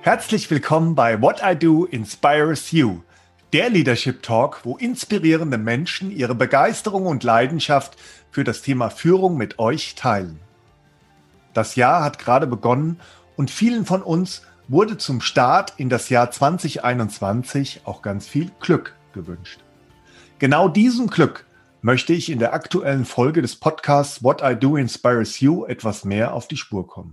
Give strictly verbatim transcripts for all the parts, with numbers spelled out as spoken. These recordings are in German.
Herzlich willkommen bei What I Do Inspires You, der Leadership Talk, wo inspirierende Menschen ihre Begeisterung und Leidenschaft für das Thema Führung mit euch teilen. Das Jahr hat gerade begonnen und vielen von uns wurde zum Start in das Jahr zwanzig einundzwanzig auch ganz viel Glück gewünscht. Genau diesem Glück möchte ich in der aktuellen Folge des Podcasts What I Do Inspires You etwas mehr auf die Spur kommen.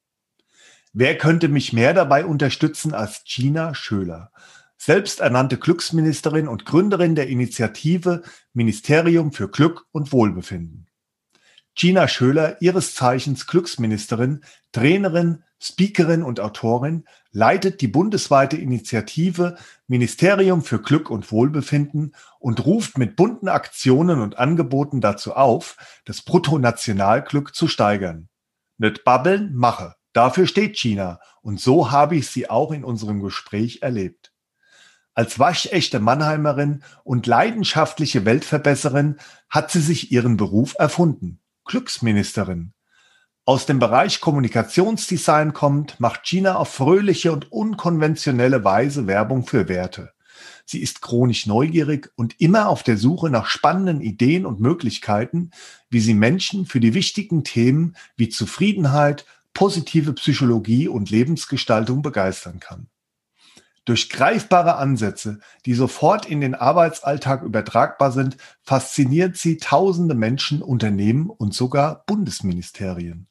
Wer könnte mich mehr dabei unterstützen als Gina Schöler, selbsternannte Glücksministerin und Gründerin der Initiative Ministerium für Glück und Wohlbefinden. Gina Schöler, ihres Zeichens Glücksministerin, Trainerin, Speakerin und Autorin, leitet die bundesweite Initiative Ministerium für Glück und Wohlbefinden und ruft mit bunten Aktionen und Angeboten dazu auf, das Bruttonationalglück zu steigern. Nicht babbeln, mache. Dafür steht Gina und so habe ich sie auch in unserem Gespräch erlebt. Als waschechte Mannheimerin und leidenschaftliche Weltverbesserin hat sie sich ihren Beruf erfunden. Glücksministerin. Aus dem Bereich Kommunikationsdesign kommt, macht Gina auf fröhliche und unkonventionelle Weise Werbung für Werte. Sie ist chronisch neugierig und immer auf der Suche nach spannenden Ideen und Möglichkeiten, wie sie Menschen für die wichtigen Themen wie Zufriedenheit, positive Psychologie und Lebensgestaltung begeistern kann. Durch greifbare Ansätze, die sofort in den Arbeitsalltag übertragbar sind, fasziniert sie tausende Menschen, Unternehmen und sogar Bundesministerien.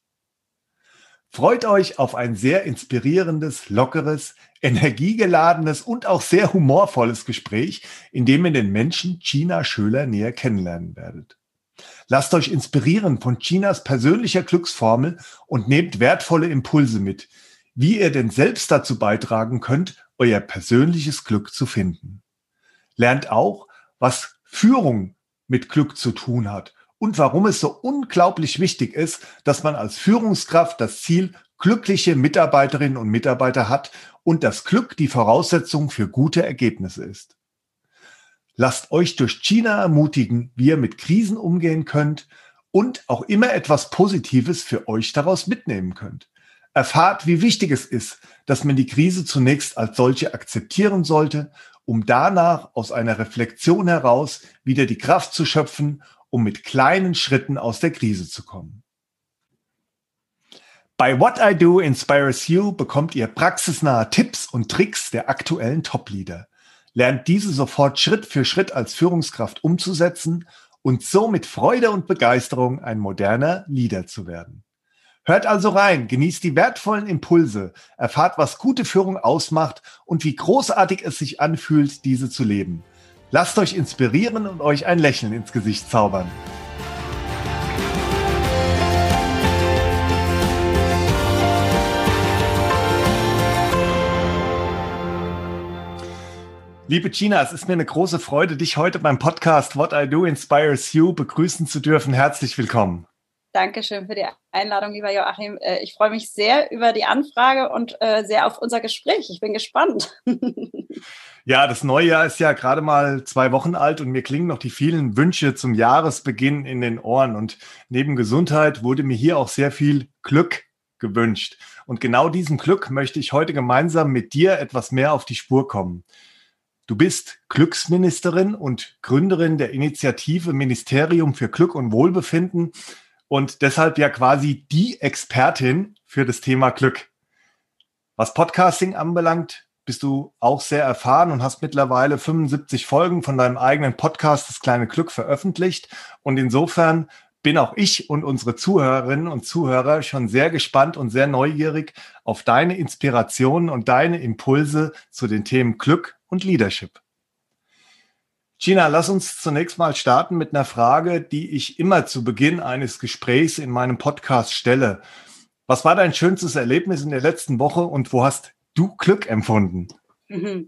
Freut euch auf ein sehr inspirierendes, lockeres, energiegeladenes und auch sehr humorvolles Gespräch, in dem ihr den Menschen Gina Schöler näher kennenlernen werdet. Lasst euch inspirieren von Ginas persönlicher Glücksformel und nehmt wertvolle Impulse mit, wie ihr denn selbst dazu beitragen könnt, euer persönliches Glück zu finden. Lernt auch, was Führung mit Glück zu tun hat und warum es so unglaublich wichtig ist, dass man als Führungskraft das Ziel glückliche Mitarbeiterinnen und Mitarbeiter hat und das Glück die Voraussetzung für gute Ergebnisse ist. Lasst euch durch Gina ermutigen, wie ihr mit Krisen umgehen könnt und auch immer etwas Positives für euch daraus mitnehmen könnt. Erfahrt, wie wichtig es ist, dass man die Krise zunächst als solche akzeptieren sollte, um danach aus einer Reflexion heraus wieder die Kraft zu schöpfen, um mit kleinen Schritten aus der Krise zu kommen. Bei What I Do Inspires You bekommt ihr praxisnahe Tipps und Tricks der aktuellen Top-Leader. Lernt diese sofort Schritt für Schritt als Führungskraft umzusetzen und so mit Freude und Begeisterung ein moderner Leader zu werden. Hört also rein, genießt die wertvollen Impulse, erfahrt, was gute Führung ausmacht und wie großartig es sich anfühlt, diese zu leben. Lasst euch inspirieren und euch ein Lächeln ins Gesicht zaubern. Liebe Gina, es ist mir eine große Freude, dich heute beim Podcast What I Do Inspires You begrüßen zu dürfen. Herzlich willkommen. Dankeschön für die Einladung, lieber Joachim. Ich freue mich sehr über die Anfrage und sehr auf unser Gespräch. Ich bin gespannt. Ja, das neue Jahr ist ja gerade mal zwei Wochen alt und mir klingen noch die vielen Wünsche zum Jahresbeginn in den Ohren. Und neben Gesundheit wurde mir hier auch sehr viel Glück gewünscht. Und genau diesem Glück möchte ich heute gemeinsam mit dir etwas mehr auf die Spur kommen. Du bist Glücksministerin und Gründerin der Initiative Ministerium für Glück und Wohlbefinden und deshalb ja quasi die Expertin für das Thema Glück. Was Podcasting anbelangt, bist du auch sehr erfahren und hast mittlerweile fünfundsiebzig Folgen von deinem eigenen Podcast Das kleine Glück veröffentlicht. Und insofern bin auch ich und unsere Zuhörerinnen und Zuhörer schon sehr gespannt und sehr neugierig auf deine Inspirationen und deine Impulse zu den Themen Glück und Leadership. Gina, lass uns zunächst mal starten mit einer Frage, die ich immer zu Beginn eines Gesprächs in meinem Podcast stelle. Was war dein schönstes Erlebnis in der letzten Woche und wo hast du Glück empfunden? Mhm.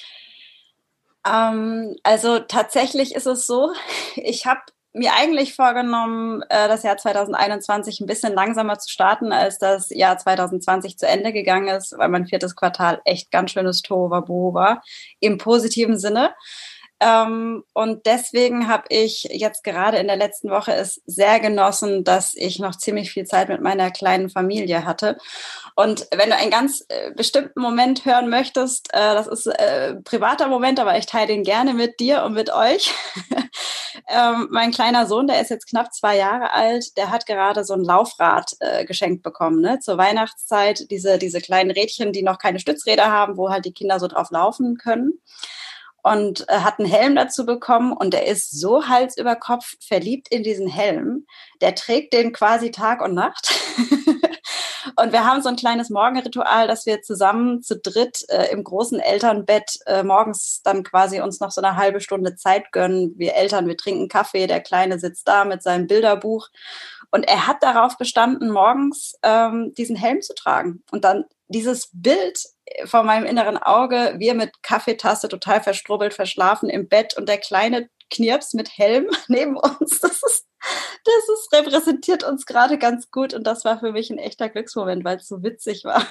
Ähm, also tatsächlich ist es so, ich habe mir eigentlich vorgenommen, das Jahr zwanzig einundzwanzig ein bisschen langsamer zu starten, als das Jahr zwanzig zwanzig zu Ende gegangen ist, weil mein viertes Quartal echt ganz schönes Tohuwabohu war, im positiven Sinne. Ähm, und deswegen habe ich jetzt gerade in der letzten Woche es sehr genossen, dass ich noch ziemlich viel Zeit mit meiner kleinen Familie hatte. Und wenn du einen ganz äh, bestimmten Moment hören möchtest, äh, das ist äh, privater Moment, aber ich teile den gerne mit dir und mit euch. ähm, mein kleiner Sohn, der ist jetzt knapp zwei Jahre alt, der hat gerade so ein Laufrad äh, geschenkt bekommen, ne? Zur Weihnachtszeit, diese, diese kleinen Rädchen, die noch keine Stützräder haben, wo halt die Kinder so drauf laufen können. Und äh, hat einen Helm dazu bekommen und der ist so Hals über Kopf verliebt in diesen Helm. Der trägt den quasi Tag und Nacht. Und wir haben so ein kleines Morgenritual, dass wir zusammen zu dritt äh, im großen Elternbett äh, morgens dann quasi uns noch so eine halbe Stunde Zeit gönnen. Wir Eltern, wir trinken Kaffee, der Kleine sitzt da mit seinem Bilderbuch. Und er hat darauf bestanden, morgens ähm, diesen Helm zu tragen. Und dann dieses Bild vor meinem inneren Auge, wir mit Kaffeetasse total verstrubbelt, verschlafen im Bett und der kleine Knirps mit Helm neben uns, das ist, das ist, repräsentiert uns gerade ganz gut und das war für mich ein echter Glücksmoment, weil es so witzig war.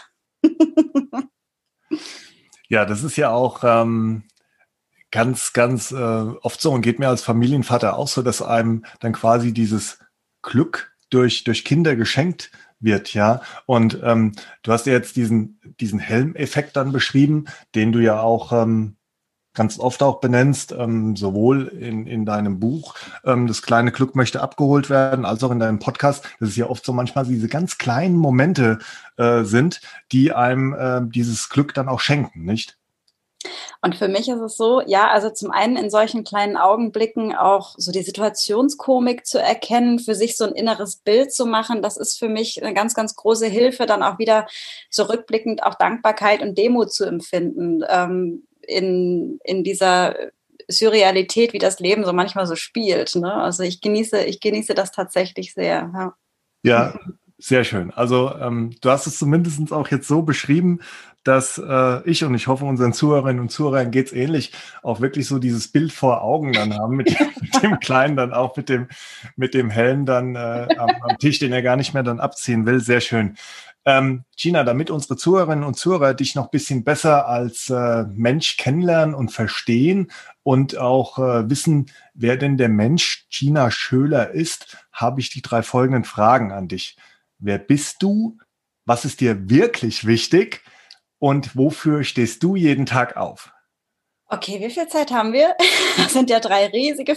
Ja, das ist ja auch ähm, ganz, ganz äh, oft so und geht mir als Familienvater auch so, dass einem dann quasi dieses Glück durch, durch Kinder geschenkt wird, ja. Und ähm, du hast ja jetzt diesen, diesen Helmeffekt dann beschrieben, den du ja auch ähm, ganz oft auch benennst, ähm, sowohl in, in deinem Buch, ähm, das kleine Glück möchte abgeholt werden, als auch in deinem Podcast, dass es ja oft so manchmal diese ganz kleinen Momente äh, sind, die einem äh, dieses Glück dann auch schenken, nicht? Und für mich ist es so, ja, also zum einen in solchen kleinen Augenblicken auch so die Situationskomik zu erkennen, für sich so ein inneres Bild zu machen, das ist für mich eine ganz, ganz große Hilfe, dann auch wieder zurückblickend auch Dankbarkeit und Demut zu empfinden, ähm, in, in dieser Surrealität, wie das Leben so manchmal so spielt. Ne? Also ich genieße, ich genieße das tatsächlich sehr. Ja. Ja, sehr schön. Also ähm, du hast es zumindest auch jetzt so beschrieben, dass äh, ich und ich hoffe, unseren Zuhörerinnen und Zuhörern geht's ähnlich, auch wirklich so dieses Bild vor Augen dann haben, mit, mit dem Kleinen dann auch mit dem, mit dem Helm dann äh, am, am Tisch, den er gar nicht mehr dann abziehen will. Sehr schön. Ähm, Gina, damit unsere Zuhörerinnen und Zuhörer dich noch ein bisschen besser als äh, Mensch kennenlernen und verstehen und auch äh, wissen, wer denn der Mensch Gina Schöler ist, habe ich die drei folgenden Fragen an dich. Wer bist du? Was ist dir wirklich wichtig? Und wofür stehst du jeden Tag auf? Okay, wie viel Zeit haben wir? Das sind ja drei riesige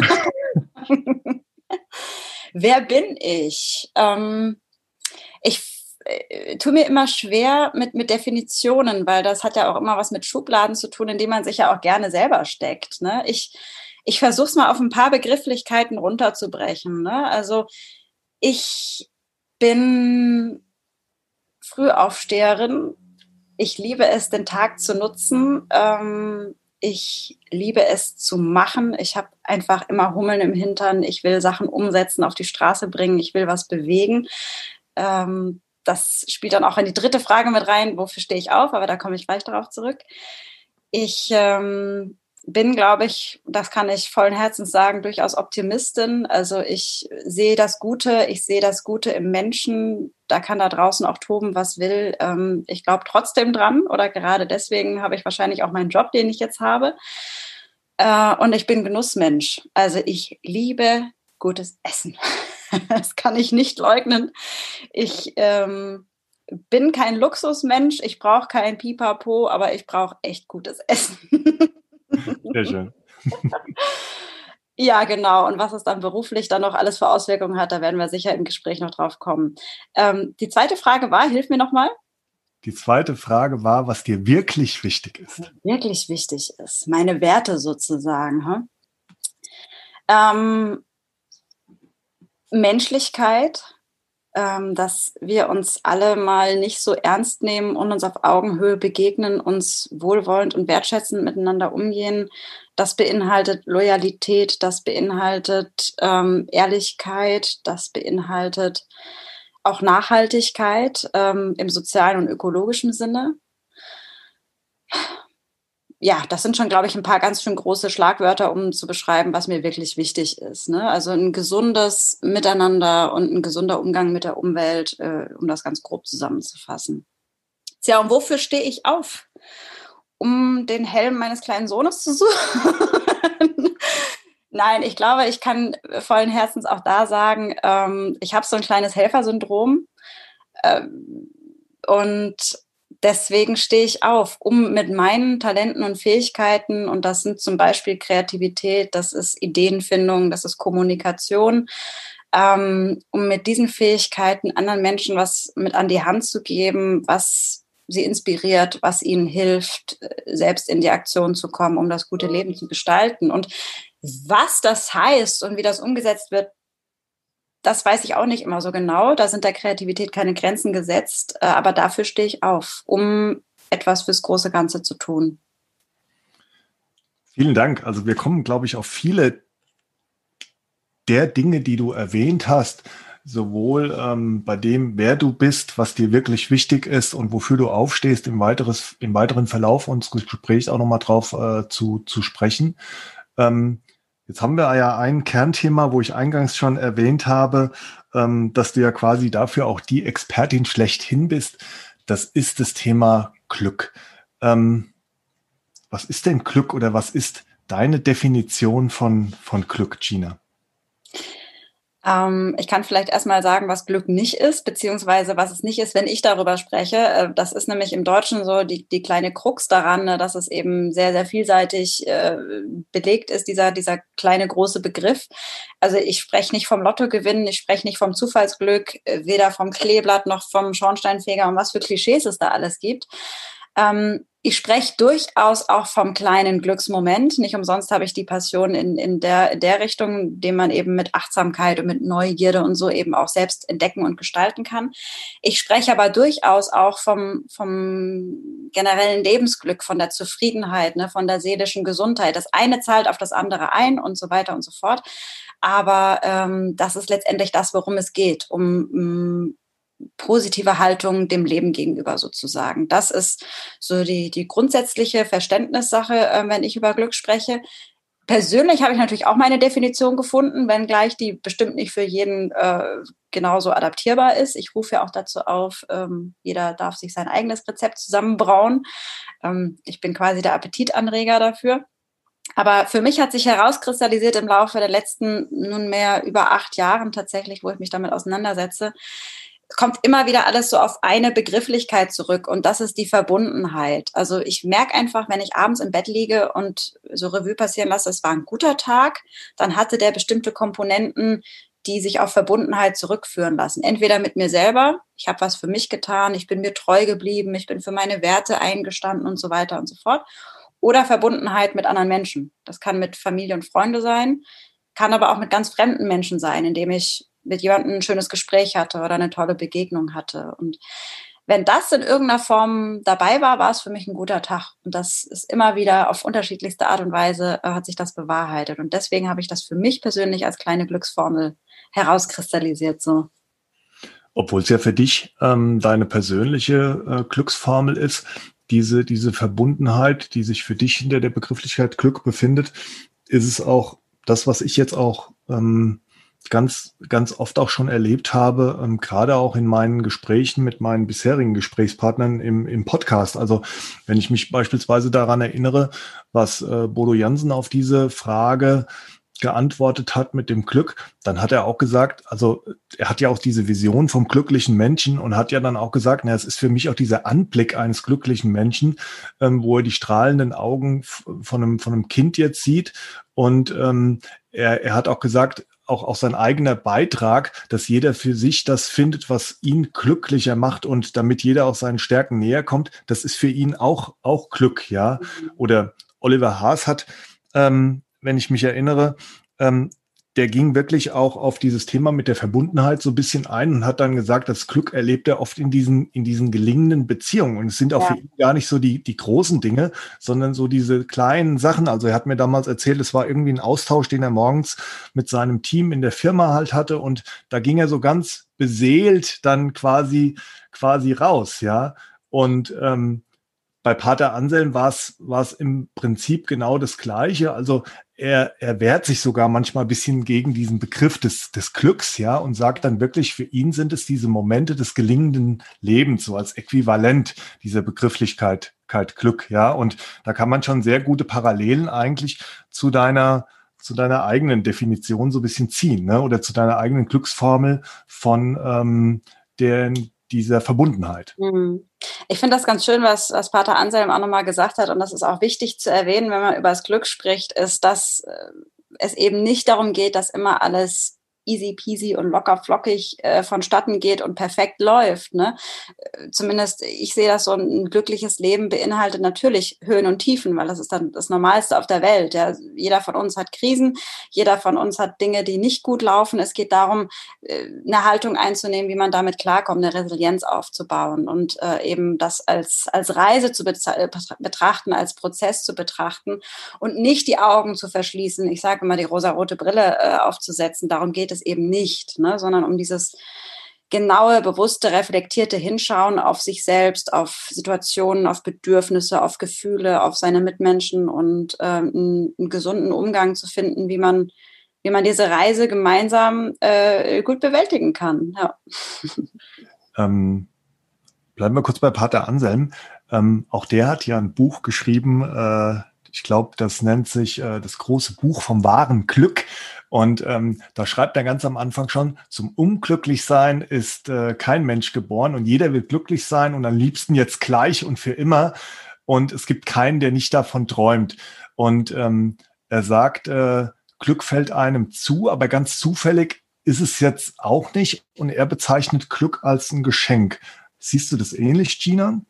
Fragen. Wer bin ich? Ähm, ich äh, tue mir immer schwer mit, mit Definitionen, weil das hat ja auch immer was mit Schubladen zu tun, in die man sich ja auch gerne selber steckt. Ne? Ich, ich versuche es mal auf ein paar Begrifflichkeiten runterzubrechen. Ne? Also ich bin Frühaufsteherin. Ich liebe es, den Tag zu nutzen. Ähm, ich liebe es zu machen. Ich habe einfach immer Hummeln im Hintern. Ich will Sachen umsetzen, auf die Straße bringen. Ich will was bewegen. Ähm, das spielt dann auch in die dritte Frage mit rein. Wofür stehe ich auf? Aber da komme ich gleich darauf zurück. Ich ähm, bin, glaube ich, das kann ich vollen Herzens sagen, durchaus Optimistin. Also ich sehe das Gute, ich sehe das Gute im Menschen. Da kann da draußen auch toben, was will. Ähm, ich glaube trotzdem dran oder gerade deswegen habe ich wahrscheinlich auch meinen Job, den ich jetzt habe. Äh, und ich bin Genussmensch. Also ich liebe gutes Essen. Das kann ich nicht leugnen. Ich ähm, bin kein Luxusmensch, ich brauche kein Pipapo, aber ich brauche echt gutes Essen. Sehr schön. Ja, genau. Und was es dann beruflich dann noch alles für Auswirkungen hat, da werden wir sicher im Gespräch noch drauf kommen. Ähm, die zweite Frage war, hilf mir nochmal. Die zweite Frage war, was dir wirklich wichtig ist. Was wirklich wichtig ist, meine Werte sozusagen. Hm? Ähm, Menschlichkeit, ähm, dass wir uns alle mal nicht so ernst nehmen und uns auf Augenhöhe begegnen, uns wohlwollend und wertschätzend miteinander umgehen. Das beinhaltet Loyalität, das beinhaltet ähm, Ehrlichkeit, das beinhaltet auch Nachhaltigkeit ähm, im sozialen und ökologischen Sinne. Ja, das sind schon, glaube ich, ein paar ganz schön große Schlagwörter, um zu beschreiben, was mir wirklich wichtig ist. Ne? Also ein gesundes Miteinander und ein gesunder Umgang mit der Umwelt, äh, um das ganz grob zusammenzufassen. Tja, und wofür stehe ich auf? Um den Helm meines kleinen Sohnes zu suchen. Nein, ich glaube, ich kann vollen Herzens auch da sagen, ähm, ich habe so ein kleines Helfersyndrom ähm, und deswegen stehe ich auf, um mit meinen Talenten und Fähigkeiten, und das sind zum Beispiel Kreativität, das ist Ideenfindung, das ist Kommunikation, ähm, um mit diesen Fähigkeiten anderen Menschen was mit an die Hand zu geben, was sie inspiriert, was ihnen hilft, selbst in die Aktion zu kommen, um das gute Leben zu gestalten. Und was das heißt und wie das umgesetzt wird, das weiß ich auch nicht immer so genau. Da sind der Kreativität keine Grenzen gesetzt, aber dafür stehe ich auf, um etwas fürs große Ganze zu tun. Vielen Dank. Also wir kommen, glaube ich, auf viele der Dinge, die du erwähnt hast, sowohl ähm, bei dem, wer du bist, was dir wirklich wichtig ist und wofür du aufstehst, im, weiteres, im weiteren Verlauf unseres Gesprächs auch nochmal drauf äh, zu, zu sprechen. Ähm, jetzt haben wir ja ein Kernthema, wo ich eingangs schon erwähnt habe, ähm, dass du ja quasi dafür auch die Expertin schlechthin bist. Das ist das Thema Glück. Ähm, was ist denn Glück oder was ist deine Definition von, von Glück, Gina? Ähm, ich kann vielleicht erstmal sagen, was Glück nicht ist, beziehungsweise was es nicht ist, wenn ich darüber spreche. Äh, das ist nämlich im Deutschen so die, die kleine Krux daran, ne, dass es eben sehr, sehr vielseitig äh, belegt ist, dieser, dieser kleine große Begriff. Also ich spreche nicht vom Lottogewinn, ich spreche nicht vom Zufallsglück, äh, weder vom Kleeblatt noch vom Schornsteinfeger und was für Klischees es da alles gibt. Ähm, ich spreche durchaus auch vom kleinen Glücksmoment. Nicht umsonst habe ich die Passion in, in, der, in der Richtung, den man eben mit Achtsamkeit und mit Neugierde und so eben auch selbst entdecken und gestalten kann. Ich spreche aber durchaus auch vom, vom generellen Lebensglück, von der Zufriedenheit, ne, von der seelischen Gesundheit. Das eine zahlt auf das andere ein und so weiter und so fort. Aber ähm, das ist letztendlich das, worum es geht, um, um positive Haltung dem Leben gegenüber sozusagen. Das ist so die, die grundsätzliche Verständnissache, äh, wenn ich über Glück spreche. Persönlich habe ich natürlich auch meine Definition gefunden, wenngleich die bestimmt nicht für jeden äh, genauso adaptierbar ist. Ich rufe ja auch dazu auf, ähm, jeder darf sich sein eigenes Rezept zusammenbrauen. Ähm, ich bin quasi der Appetitanreger dafür. Aber für mich hat sich herauskristallisiert im Laufe der letzten nunmehr über acht Jahren tatsächlich, wo ich mich damit auseinandersetze, kommt immer wieder alles so auf eine Begrifflichkeit zurück und das ist die Verbundenheit. Also ich merke einfach, wenn ich abends im Bett liege und so Revue passieren lasse, es war ein guter Tag, dann hatte der bestimmte Komponenten, die sich auf Verbundenheit zurückführen lassen. Entweder mit mir selber, ich habe was für mich getan, ich bin mir treu geblieben, ich bin für meine Werte eingestanden und so weiter und so fort. Oder Verbundenheit mit anderen Menschen. Das kann mit Familie und Freunde sein, kann aber auch mit ganz fremden Menschen sein, indem ich mit jemandem ein schönes Gespräch hatte oder eine tolle Begegnung hatte. Und wenn das in irgendeiner Form dabei war, war es für mich ein guter Tag. Und das ist immer wieder auf unterschiedlichste Art und Weise äh, hat sich das bewahrheitet. Und deswegen habe ich das für mich persönlich als kleine Glücksformel herauskristallisiert. So. Obwohl es ja für dich ähm, deine persönliche äh, Glücksformel ist, diese, diese Verbundenheit, die sich für dich hinter der Begrifflichkeit Glück befindet, ist es auch das, was ich jetzt auch ähm, ganz, ganz oft auch schon erlebt habe, ähm, gerade auch in meinen Gesprächen mit meinen bisherigen Gesprächspartnern im, im Podcast. Also wenn ich mich beispielsweise daran erinnere, was äh, Bodo Jansen auf diese Frage geantwortet hat mit dem Glück, dann hat er auch gesagt, also er hat ja auch diese Vision vom glücklichen Menschen und hat ja dann auch gesagt, na, es ist für mich auch dieser Anblick eines glücklichen Menschen, ähm, wo er die strahlenden Augen von einem, von einem Kind jetzt sieht und ähm, er, er hat auch gesagt, auch, auch sein eigener Beitrag, dass jeder für sich das findet, was ihn glücklicher macht und damit jeder auch seinen Stärken näher kommt, das ist für ihn auch, auch Glück, ja. Oder Oliver Haas hat, ähm, wenn ich mich erinnere, ähm, der ging wirklich auch auf dieses Thema mit der Verbundenheit so ein bisschen ein und hat dann gesagt, das Glück erlebt er oft in diesen, in diesen gelingenden Beziehungen. Und es sind auch ja. für ihn gar nicht so die, die großen Dinge, sondern so diese kleinen Sachen. Also er hat mir damals erzählt, es war irgendwie ein Austausch, den er morgens mit seinem Team in der Firma halt hatte. Und da ging er so ganz beseelt dann quasi, quasi raus, ja. Und, ähm, bei Pater Anselm war es, war es im Prinzip genau das Gleiche. Also er, er wehrt sich sogar manchmal ein bisschen gegen diesen Begriff des, des Glücks, ja, und sagt dann wirklich, für ihn sind es diese Momente des gelingenden Lebens, so als Äquivalent dieser Begrifflichkeit Kalt Glück, ja. Und da kann man schon sehr gute Parallelen eigentlich zu deiner, zu deiner eigenen Definition so ein bisschen ziehen, ne? Oder zu deiner eigenen Glücksformel von ähm, der, dieser Verbundenheit. Ich finde das ganz schön, was, was Pater Anselm auch nochmal gesagt hat, und das ist auch wichtig zu erwähnen, wenn man über das Glück spricht, ist, dass äh, es eben nicht darum geht, dass immer alles easy peasy und locker flockig äh, vonstatten geht und perfekt läuft. Ne? Zumindest ich sehe das so, ein glückliches Leben beinhaltet natürlich Höhen und Tiefen, weil das ist dann das Normalste auf der Welt. Ja? Jeder von uns hat Krisen, jeder von uns hat Dinge, die nicht gut laufen. Es geht darum, eine Haltung einzunehmen, wie man damit klarkommt, eine Resilienz aufzubauen und äh, eben das als, als Reise zu betrachten, als Prozess zu betrachten und nicht die Augen zu verschließen. Ich sage immer, die rosarote Brille äh, aufzusetzen. Darum geht es eben nicht, ne? Sondern um dieses genaue, bewusste, reflektierte Hinschauen auf sich selbst, auf Situationen, auf Bedürfnisse, auf Gefühle, auf seine Mitmenschen und ähm, einen, einen gesunden Umgang zu finden, wie man, wie man diese Reise gemeinsam äh, gut bewältigen kann. Ja. Ähm, bleiben wir kurz bei Pater Anselm. Ähm, auch der hat ja ein Buch geschrieben, äh, ich glaube, das nennt sich äh, das große Buch vom wahren Glück. Und ähm, da schreibt er ganz am Anfang schon, zum Unglücklichsein ist äh, kein Mensch geboren und jeder will glücklich sein und am liebsten jetzt gleich und für immer. Und es gibt keinen, der nicht davon träumt. Und ähm, er sagt, äh, Glück fällt einem zu, aber ganz zufällig ist es jetzt auch nicht. Und er bezeichnet Glück als ein Geschenk. Siehst du das ähnlich, Gina?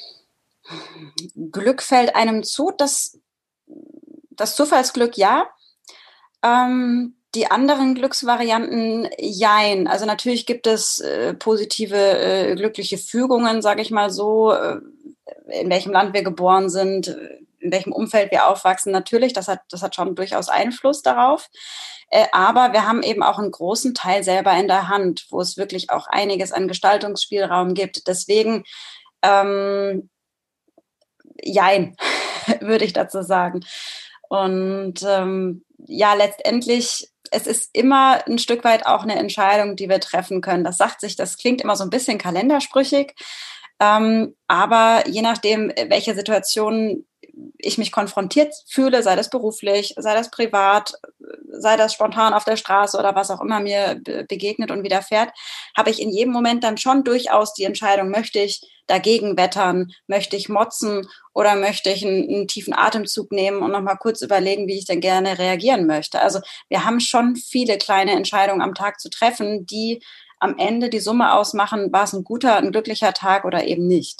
Glück fällt einem zu, das, das Zufallsglück ja. Ähm, die anderen Glücksvarianten, jein. Also natürlich gibt es äh, positive, äh, glückliche Fügungen, sage ich mal so, äh, in welchem Land wir geboren sind, in welchem Umfeld wir aufwachsen. Natürlich, das hat, das hat schon durchaus Einfluss darauf. Äh, aber wir haben eben auch einen großen Teil selber in der Hand, wo es wirklich auch einiges an Gestaltungsspielraum gibt. Deswegen, ähm, jein, würde ich dazu sagen. Und ähm, ja, letztendlich, es ist immer ein Stück weit auch eine Entscheidung, die wir treffen können. Das sagt sich, das klingt immer so ein bisschen kalendersprüchig, ähm, aber je nachdem, welche Situationen ich mich konfrontiert fühle, sei das beruflich, sei das privat, sei das spontan auf der Straße oder was auch immer mir begegnet und widerfährt, habe ich in jedem Moment dann schon durchaus die Entscheidung, möchte ich dagegen wettern, möchte ich motzen oder möchte ich einen, einen tiefen Atemzug nehmen und nochmal kurz überlegen, wie ich denn gerne reagieren möchte. Also wir haben schon viele kleine Entscheidungen am Tag zu treffen, die am Ende die Summe ausmachen, war es ein guter, ein glücklicher Tag oder eben nicht.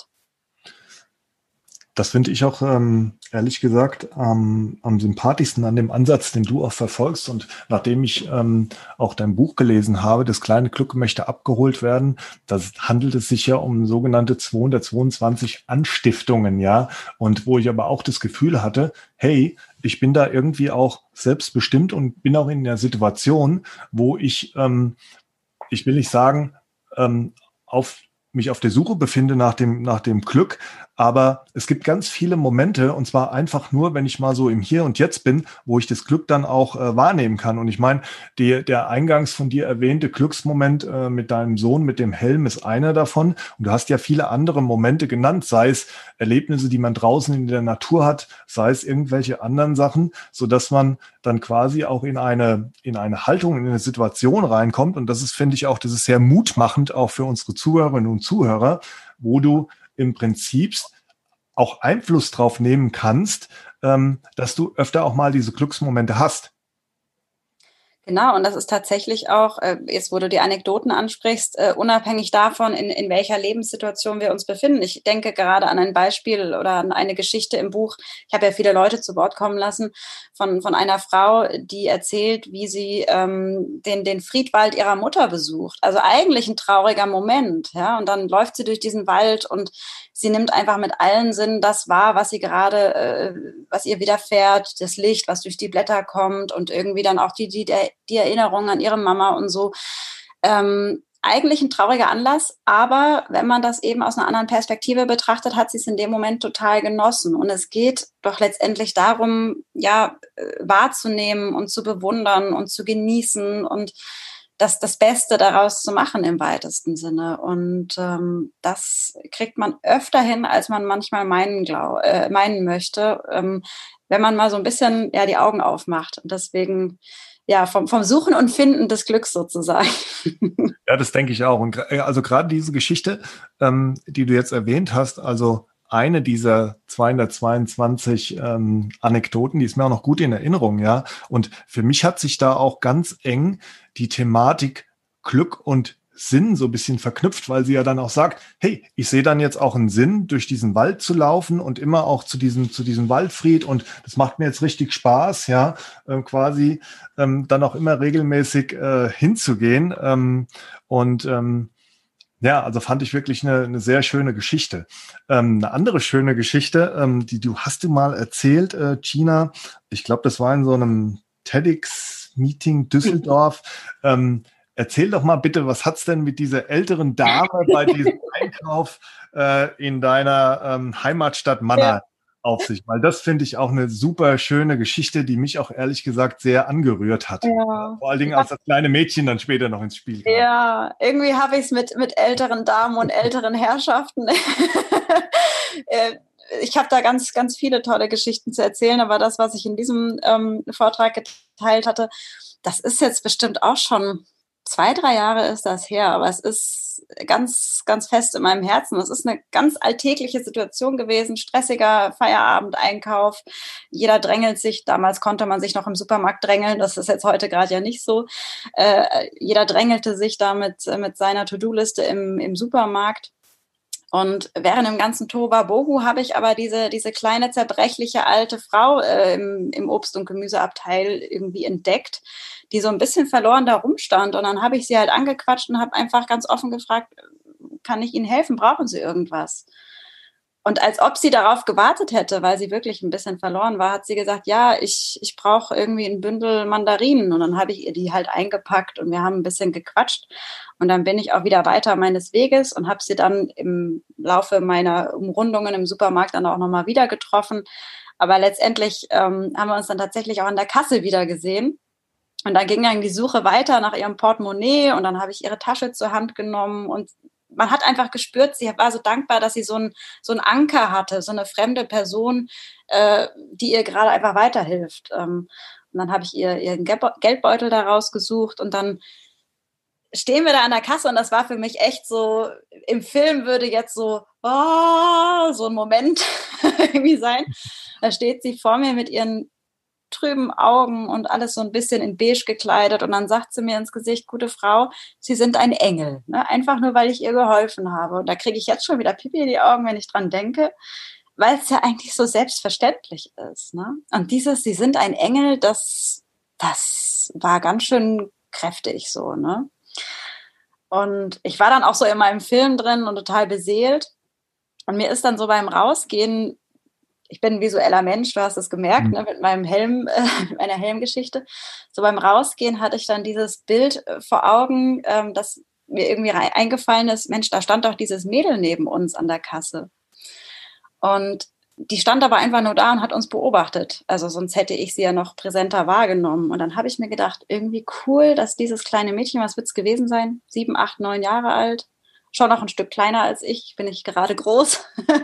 Das finde ich auch, ähm, ehrlich gesagt, ähm, am sympathischsten an dem Ansatz, den du auch verfolgst. Und nachdem ich ähm, auch dein Buch gelesen habe, Das kleine Glück möchte abgeholt werden, das handelt es sich ja um sogenannte zweihundertzweiundzwanzig Anstiftungen, ja. Und wo ich aber auch das Gefühl hatte, hey, ich bin da irgendwie auch selbstbestimmt und bin auch in der Situation, wo ich, ähm, ich will nicht sagen, ähm, auf mich auf der Suche befinde nach dem, nach dem Glück. Aber es gibt ganz viele Momente, und zwar einfach nur, wenn ich mal so im Hier und Jetzt bin, wo ich das Glück dann auch äh, wahrnehmen kann. Und ich meine, die, der eingangs von dir erwähnte Glücksmoment äh, mit deinem Sohn, mit dem Helm, ist einer davon. Und du hast ja viele andere Momente genannt, sei es Erlebnisse, die man draußen in der Natur hat, sei es irgendwelche anderen Sachen, so dass man dann quasi auch in eine, in eine Haltung, in eine Situation reinkommt. Und das ist, finde ich auch, das ist sehr mutmachend auch für unsere Zuhörerinnen und Zuhörer, wo du im Prinzip auch Einfluss drauf nehmen kannst, ähm, dass du öfter auch mal diese Glücksmomente hast. Genau, und das ist tatsächlich auch, äh, jetzt wo du die Anekdoten ansprichst, äh, unabhängig davon, in, in welcher Lebenssituation wir uns befinden. Ich denke gerade an ein Beispiel oder an eine Geschichte im Buch. Ich habe ja viele Leute zu Wort kommen lassen von, von einer Frau, die erzählt, wie sie ähm, den, den Friedwald ihrer Mutter besucht. Also eigentlich ein trauriger Moment, ja. Und dann läuft sie durch diesen Wald und sie nimmt einfach mit allen Sinnen das wahr, was sie gerade, äh, was ihr widerfährt, das Licht, was durch die Blätter kommt und irgendwie dann auch die, die, die Erinnerung an ihre Mama und so. Ähm, eigentlich ein trauriger Anlass, aber wenn man das eben aus einer anderen Perspektive betrachtet, hat sie es in dem Moment total genossen. Und es geht doch letztendlich darum, ja, wahrzunehmen und zu bewundern und zu genießen und das, das Beste daraus zu machen im weitesten Sinne. Und ähm, das kriegt man öfter hin, als man manchmal meinen, glaub, äh, meinen möchte, ähm, wenn man mal so ein bisschen ja, die Augen aufmacht. Und deswegen ja, vom, vom Suchen und Finden des Glücks sozusagen. Ja, das denke ich auch. Und also gerade diese Geschichte, ähm, die du jetzt erwähnt hast, also eine dieser zweihundertzweiundzwanzig ähm, Anekdoten, die ist mir auch noch gut in Erinnerung, ja. Und für mich hat sich da auch ganz eng die Thematik Glück und Sinn so ein bisschen verknüpft, weil sie ja dann auch sagt, hey, ich sehe dann jetzt auch einen Sinn, durch diesen Wald zu laufen und immer auch zu diesem, zu diesem Waldfried und das macht mir jetzt richtig Spaß, ja, ähm, quasi ähm, dann auch immer regelmäßig äh, hinzugehen ähm, und ähm, ja, also fand ich wirklich eine, eine sehr schöne Geschichte. Ähm, eine andere schöne Geschichte, ähm, die du hast du mal erzählt, äh, Gina, ich glaube, das war in so einem TEDx-Meeting Düsseldorf, ähm, erzähl doch mal bitte, was hat's denn mit dieser älteren Dame bei diesem Einkauf äh, in deiner ähm, Heimatstadt Mannheim Ja. auf sich? Weil das finde ich auch eine super schöne Geschichte, die mich auch ehrlich gesagt sehr angerührt hat. Ja. Vor allen Dingen, als das kleine Mädchen dann später noch ins Spiel kam. Ja, irgendwie habe ich es mit, mit älteren Damen und älteren Herrschaften. Äh, ich habe da ganz, ganz viele tolle Geschichten zu erzählen, aber das, was ich in diesem ähm, Vortrag geteilt hatte, das ist jetzt bestimmt auch schon zwei, drei Jahre ist das her, aber es ist ganz, ganz fest in meinem Herzen. Es ist eine ganz alltägliche Situation gewesen, stressiger Feierabendeinkauf. Jeder drängelt sich. Damals konnte man sich noch im Supermarkt drängeln. Das ist jetzt heute gerade ja nicht so. Äh, jeder drängelte sich da mit, mit seiner To-Do-Liste im, im Supermarkt. Und während dem ganzen Tohuwabohu habe ich aber diese, diese kleine, zerbrechliche alte Frau äh, im, im Obst- und Gemüseabteil irgendwie entdeckt, die so ein bisschen verloren da rumstand. Und dann habe ich sie halt angequatscht und habe einfach ganz offen gefragt, kann ich Ihnen helfen? Brauchen Sie irgendwas? Und als ob sie darauf gewartet hätte, weil sie wirklich ein bisschen verloren war, hat sie gesagt, ja, ich, ich brauche irgendwie ein Bündel Mandarinen. Und dann habe ich ihr die halt eingepackt und wir haben ein bisschen gequatscht. Und dann bin ich auch wieder weiter meines Weges und habe sie dann im Laufe meiner Umrundungen im Supermarkt dann auch nochmal wieder getroffen. Aber letztendlich ähm, haben wir uns dann tatsächlich auch an der Kasse wieder gesehen. Und da ging dann die Suche weiter nach ihrem Portemonnaie und dann habe ich ihre Tasche zur Hand genommen und man hat einfach gespürt, sie war so dankbar, dass sie so einen so einen Anker hatte, so eine fremde Person, äh, die ihr gerade einfach weiterhilft. Ähm, und dann habe ich ihr ihren Geldbeutel da rausgesucht und dann stehen wir da an der Kasse und das war für mich echt so, im Film würde jetzt so, oh, so ein Moment irgendwie sein. Da steht sie vor mir mit ihren trüben Augen und alles so ein bisschen in beige gekleidet und dann sagt sie mir ins Gesicht, gute Frau, Sie sind ein Engel, ne? Einfach nur, weil ich ihr geholfen habe. Und da kriege ich jetzt schon wieder Pipi in die Augen, wenn ich dran denke, weil es ja eigentlich so selbstverständlich ist. Ne? Und dieses, Sie sind ein Engel, das, das war ganz schön kräftig so. Ne? Und ich war dann auch so in meinem Film drin und total beseelt. Und mir ist dann so beim Rausgehen, ich bin ein visueller Mensch, du hast es gemerkt, ne, mit meinem Helm, äh, meiner Helmgeschichte. So beim Rausgehen hatte ich dann dieses Bild vor Augen, ähm, das mir irgendwie rein, eingefallen ist, Mensch, da stand doch dieses Mädel neben uns an der Kasse. Und die stand aber einfach nur da und hat uns beobachtet. Also sonst hätte ich sie ja noch präsenter wahrgenommen. Und dann habe ich mir gedacht, irgendwie cool, dass dieses kleine Mädchen, was wird es gewesen sein? Sieben, acht, neun Jahre alt. Schon noch ein Stück kleiner als ich, bin ich gerade groß.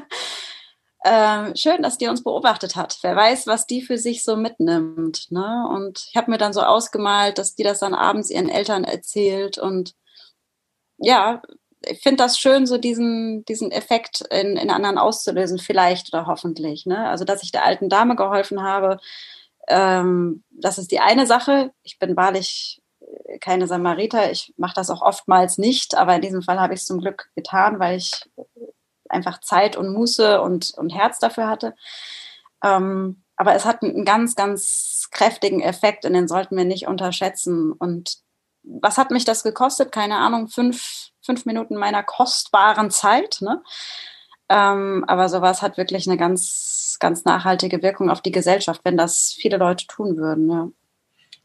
Ähm, schön, dass die uns beobachtet hat. Wer weiß, was die für sich so mitnimmt. Ne? Und ich habe mir dann so ausgemalt, dass die das dann abends ihren Eltern erzählt. Und ja, ich finde das schön, so diesen, diesen Effekt in, in anderen auszulösen, vielleicht oder hoffentlich. Ne? Also, dass ich der alten Dame geholfen habe, ähm, das ist die eine Sache. Ich bin wahrlich keine Samariter. Ich mache das auch oftmals nicht. Aber in diesem Fall habe ich es zum Glück getan, weil ich einfach Zeit und Muße und, und Herz dafür hatte. Ähm, aber es hat einen ganz, ganz kräftigen Effekt und den sollten wir nicht unterschätzen. Und was hat mich das gekostet? Keine Ahnung, fünf, fünf Minuten meiner kostbaren Zeit. Ne? Ähm, aber sowas hat wirklich eine ganz, ganz nachhaltige Wirkung auf die Gesellschaft, wenn das viele Leute tun würden. Ja.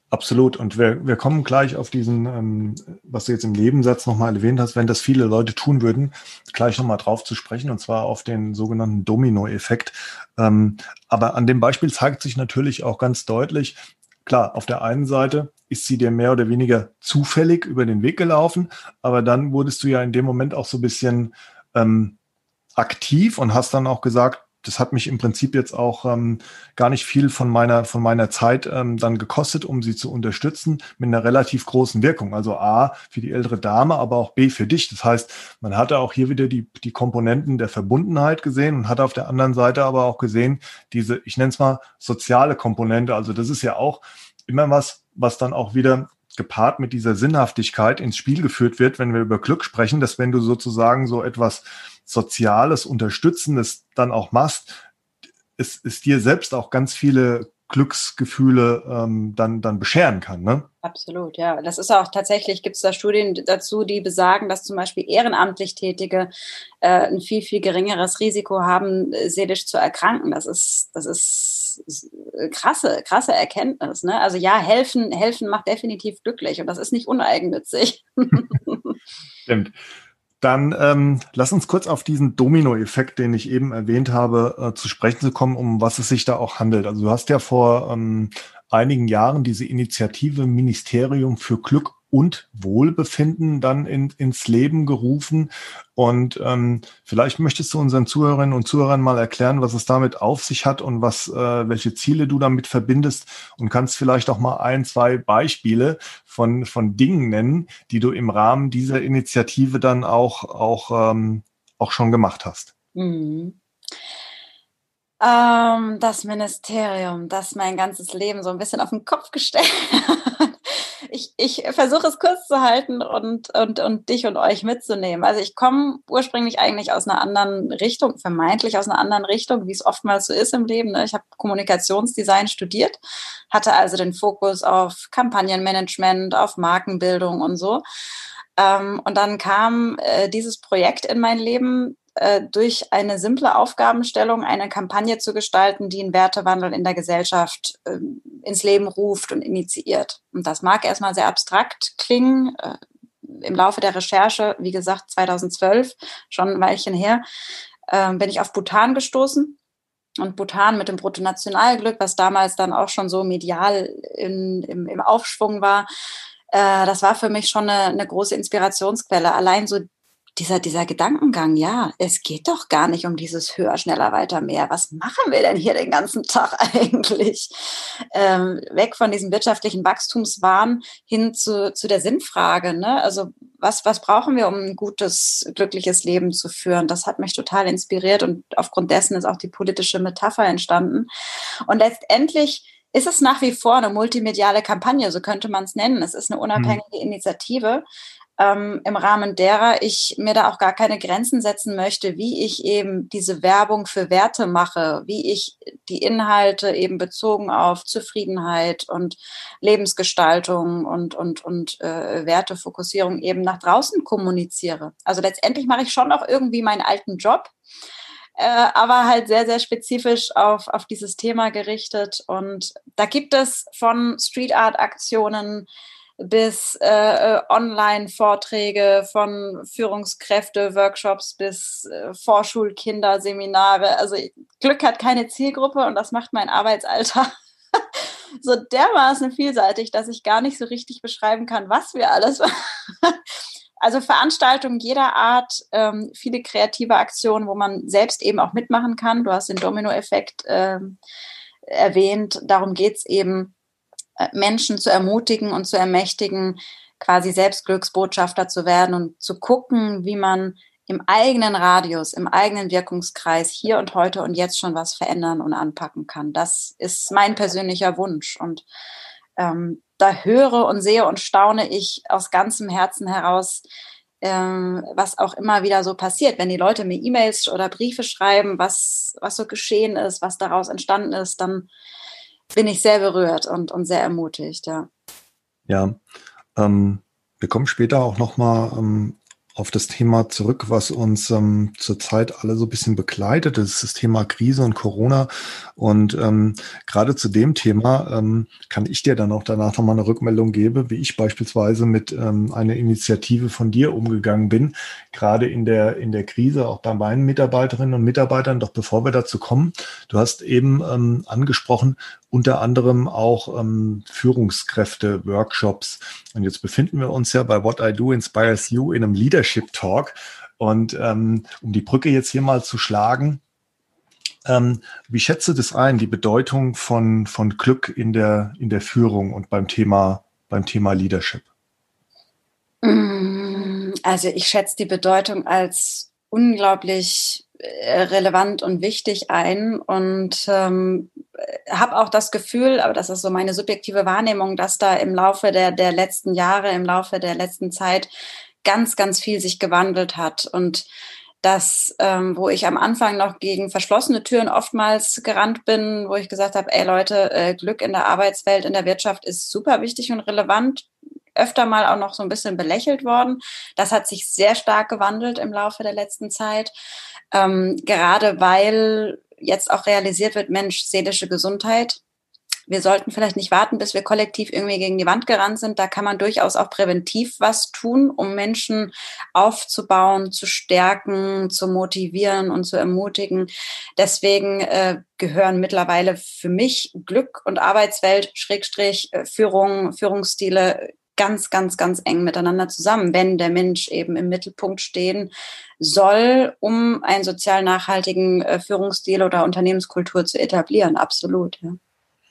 Absolut. Und wir, wir kommen gleich auf diesen, ähm, was du jetzt im Nebensatz nochmal erwähnt hast, wenn das viele Leute tun würden, gleich nochmal drauf zu sprechen, und zwar auf den sogenannten Domino-Effekt. Ähm, aber an dem Beispiel zeigt sich natürlich auch ganz deutlich, klar, auf der einen Seite ist sie dir mehr oder weniger zufällig über den Weg gelaufen, aber dann wurdest du ja in dem Moment auch so ein bisschen ähm, aktiv und hast dann auch gesagt, das hat mich im Prinzip jetzt auch ähm, gar nicht viel von meiner, von meiner Zeit ähm, dann gekostet, um sie zu unterstützen, mit einer relativ großen Wirkung. Also A, für die ältere Dame, aber auch B, für dich. Das heißt, man hatte auch hier wieder die, die Komponenten der Verbundenheit gesehen und hat auf der anderen Seite aber auch gesehen, diese, ich nenne es mal, soziale Komponente. Also das ist ja auch immer was, was dann auch wieder gepaart mit dieser Sinnhaftigkeit ins Spiel geführt wird, wenn wir über Glück sprechen, dass wenn du sozusagen so etwas Soziales, Unterstützendes dann auch machst, es, es dir selbst auch ganz viele Glücksgefühle ähm, dann, dann bescheren kann, ne? Absolut, ja. Das ist auch tatsächlich, gibt es da Studien dazu, die besagen, dass zum Beispiel ehrenamtlich Tätige äh, ein viel, viel geringeres Risiko haben, seelisch zu erkranken. Das ist, das ist krasse, krasse Erkenntnis, ne? Also ja, helfen, helfen macht definitiv glücklich und das ist nicht uneigennützig. Stimmt. Dann ähm, lass uns kurz auf diesen Domino-Effekt, den ich eben erwähnt habe, äh, zu sprechen zu kommen, um was es sich da auch handelt. Also du hast ja vor ähm, einigen Jahren diese Initiative Ministerium für Glück und Wohlbefinden dann in, ins Leben gerufen. Und ähm, vielleicht möchtest du unseren Zuhörerinnen und Zuhörern mal erklären, was es damit auf sich hat und was, äh, welche Ziele du damit verbindest, und kannst vielleicht auch mal ein, zwei Beispiele von, von Dingen nennen, die du im Rahmen dieser Initiative dann auch, auch, ähm, auch schon gemacht hast. Mhm. Ähm, das Ministerium, das mein ganzes Leben so ein bisschen auf den Kopf gestellt hat. Ich, ich versuche es kurz zu halten und, und, und dich und euch mitzunehmen. Also ich komme ursprünglich eigentlich aus einer anderen Richtung, vermeintlich aus einer anderen Richtung, wie es oftmals so ist im Leben. Ich habe Kommunikationsdesign studiert, hatte also den Fokus auf Kampagnenmanagement, auf Markenbildung und so. Und dann kam dieses Projekt in mein Leben, durch eine simple Aufgabenstellung eine Kampagne zu gestalten, die einen Wertewandel in der Gesellschaft äh, ins Leben ruft und initiiert. Und das mag erstmal sehr abstrakt klingen. Äh, Im Laufe der Recherche, wie gesagt, zweitausendzwölf, schon ein Weilchen her, äh, bin ich auf Bhutan gestoßen. Und Bhutan mit dem Bruttonationalglück, was damals dann auch schon so medial in, im, im Aufschwung war, äh, das war für mich schon eine, eine große Inspirationsquelle. Allein so Dieser, dieser Gedankengang, ja, es geht doch gar nicht um dieses höher, schneller, weiter, mehr. Was machen wir denn hier den ganzen Tag eigentlich? Ähm, weg von diesem wirtschaftlichen Wachstumswahn hin zu, zu der Sinnfrage, ne? Also was, was brauchen wir, um ein gutes, glückliches Leben zu führen? Das hat mich total inspiriert und aufgrund dessen ist auch die politische Metapher entstanden. Und letztendlich ist es nach wie vor eine multimediale Kampagne, so könnte man es nennen. Es ist eine unabhängige mhm. Initiative, Ähm, im Rahmen derer ich mir da auch gar keine Grenzen setzen möchte, wie ich eben diese Werbung für Werte mache, wie ich die Inhalte eben bezogen auf Zufriedenheit und Lebensgestaltung und, und, und äh, Wertefokussierung eben nach draußen kommuniziere. Also letztendlich mache ich schon auch irgendwie meinen alten Job, äh, aber halt sehr, sehr spezifisch auf, auf dieses Thema gerichtet. Und da gibt es von Street Art Aktionen bis äh, Online-Vorträge, von Führungskräfte-Workshops bis äh, Vorschulkinderseminare. Also Glück hat keine Zielgruppe und das macht mein Arbeitsalltag so dermaßen vielseitig, dass ich gar nicht so richtig beschreiben kann, was wir alles machen. Also Veranstaltungen jeder Art, ähm, viele kreative Aktionen, wo man selbst eben auch mitmachen kann. Du hast den Domino-Effekt ähm, erwähnt. Darum geht's eben, Menschen zu ermutigen und zu ermächtigen, quasi selbst Glücksbotschafter zu werden und zu gucken, wie man im eigenen Radius, im eigenen Wirkungskreis hier und heute und jetzt schon was verändern und anpacken kann. Das ist mein persönlicher Wunsch. Und ähm, da höre und sehe und staune ich aus ganzem Herzen heraus, ähm, was auch immer wieder so passiert. Wenn die Leute mir E-Mails oder Briefe schreiben, was, was so geschehen ist, was daraus entstanden ist, dann bin ich sehr berührt und, und sehr ermutigt, ja. Ja, ähm, wir kommen später auch nochmal ähm, auf das Thema zurück, was uns ähm, zurzeit alle so ein bisschen begleitet. Das ist das Thema Krise und Corona. Und ähm, gerade zu dem Thema ähm, kann ich dir dann auch danach nochmal eine Rückmeldung geben, wie ich beispielsweise mit ähm, einer Initiative von dir umgegangen bin, gerade in der, in der Krise, auch bei meinen Mitarbeiterinnen und Mitarbeitern. Doch bevor wir dazu kommen, du hast eben ähm, angesprochen, unter anderem auch ähm, Führungskräfte, Workshops. Und jetzt befinden wir uns ja bei What I Do Inspires You in einem Leadership Talk. Und ähm, um die Brücke jetzt hier mal zu schlagen, ähm, wie schätzt du das ein, die Bedeutung von, von Glück in der, in der Führung und beim Thema, beim Thema Leadership? Also ich schätze die Bedeutung als unglaublich relevant und wichtig ein und ähm, habe auch das Gefühl, aber das ist so meine subjektive Wahrnehmung, dass da im Laufe der, der letzten Jahre, im Laufe der letzten Zeit ganz, ganz viel sich gewandelt hat. Und das, ähm, wo ich am Anfang noch gegen verschlossene Türen oftmals gerannt bin, wo ich gesagt habe, ey Leute, äh, Glück in der Arbeitswelt, in der Wirtschaft ist super wichtig und relevant, öfter mal auch noch so ein bisschen belächelt worden. Das hat sich sehr stark gewandelt im Laufe der letzten Zeit. Ähm, gerade weil jetzt auch realisiert wird, Mensch, seelische Gesundheit. Wir sollten vielleicht nicht warten, bis wir kollektiv irgendwie gegen die Wand gerannt sind. Da kann man durchaus auch präventiv was tun, um Menschen aufzubauen, zu stärken, zu motivieren und zu ermutigen. Deswegen äh, gehören mittlerweile für mich Glück und Arbeitswelt, Schrägstrich, äh, Führung, Führungsstile ganz, ganz, ganz eng miteinander zusammen, wenn der Mensch eben im Mittelpunkt stehen soll, um einen sozial nachhaltigen äh, Führungsstil oder Unternehmenskultur zu etablieren. Absolut, ja.